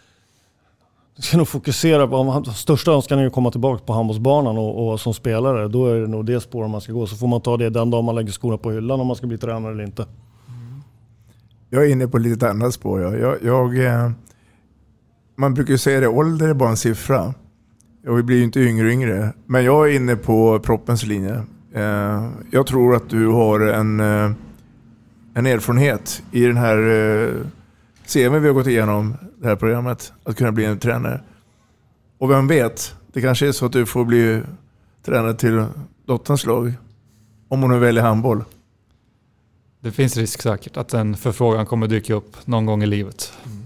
ska nog fokusera på, hans största önskan är att komma tillbaka på handbollsbanan och, och som spelare. Då är det nog det spår man ska gå. Så får man ta det den dag man lägger skorna på hyllan om man ska bli tränare eller inte. Jag är inne på lite annat spår. Jag, jag, jag, man brukar ju säga det, ålder är bara en siffra. Och vi blir ju inte yngre och yngre. Men jag är inne på Proppens linje. Jag tror att du har en, en erfarenhet i den här C V vi har gått igenom, det här programmet, att kunna bli en tränare. Och vem vet, det kanske är så att du får bli tränare till dotterns lag om hon väljer handboll. Det finns risk säkert att en förfrågan kommer dyka upp någon gång i livet. Mm.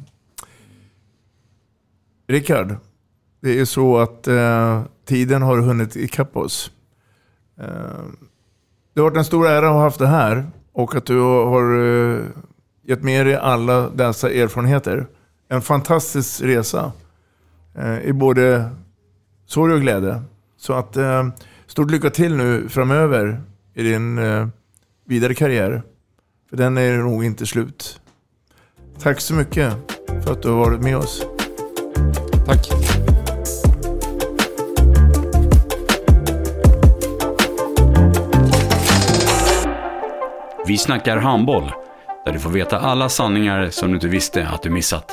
Rickard, det är så att eh, tiden har hunnit ikapp oss. Eh, det har varit en stor ära att ha haft det här och att du har eh, gett med dig alla dessa erfarenheter. En fantastisk resa eh, i både sorg och glädje. Så att eh, stort lycka till nu framöver i din eh, vidare karriär. För den är nog inte slut. Tack så mycket för att du har varit med oss. Tack. Vi snackar handboll, där du får veta alla sanningar som du inte visste att du missat.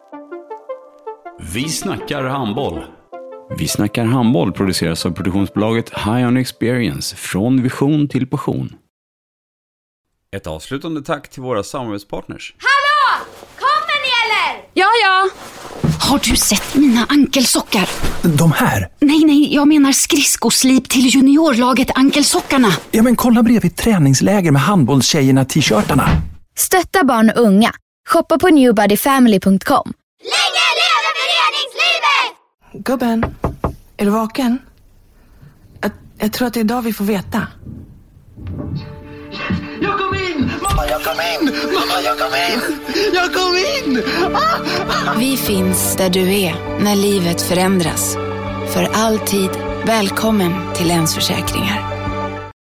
Vi snackar handboll. Vi snackar handboll produceras av produktionsbolaget High On Experience, från vision till passion. Ett avslutande tack till våra samarbetspartners. Hallå! Kommer ni eller? Ja, ja. Har du sett mina ankelsockar? De här? Nej, nej, jag menar skridskoslip till juniorlaget Ankelsockarna. Ja, men kolla bredvid träningsläger med handbollstjejerna t-shirtarna. Stötta barn och unga. Shoppa på new body family punkt com. Länge leve föreningslivet! Gubben, är du vaken? Jag, jag tror att det är idag vi får veta. Jag kom in! Mamma, jag kom in! Mamma, jag kom in! Jag kom in! Ah! Vi finns där du är när livet förändras. För alltid välkommen till Länsförsäkringar.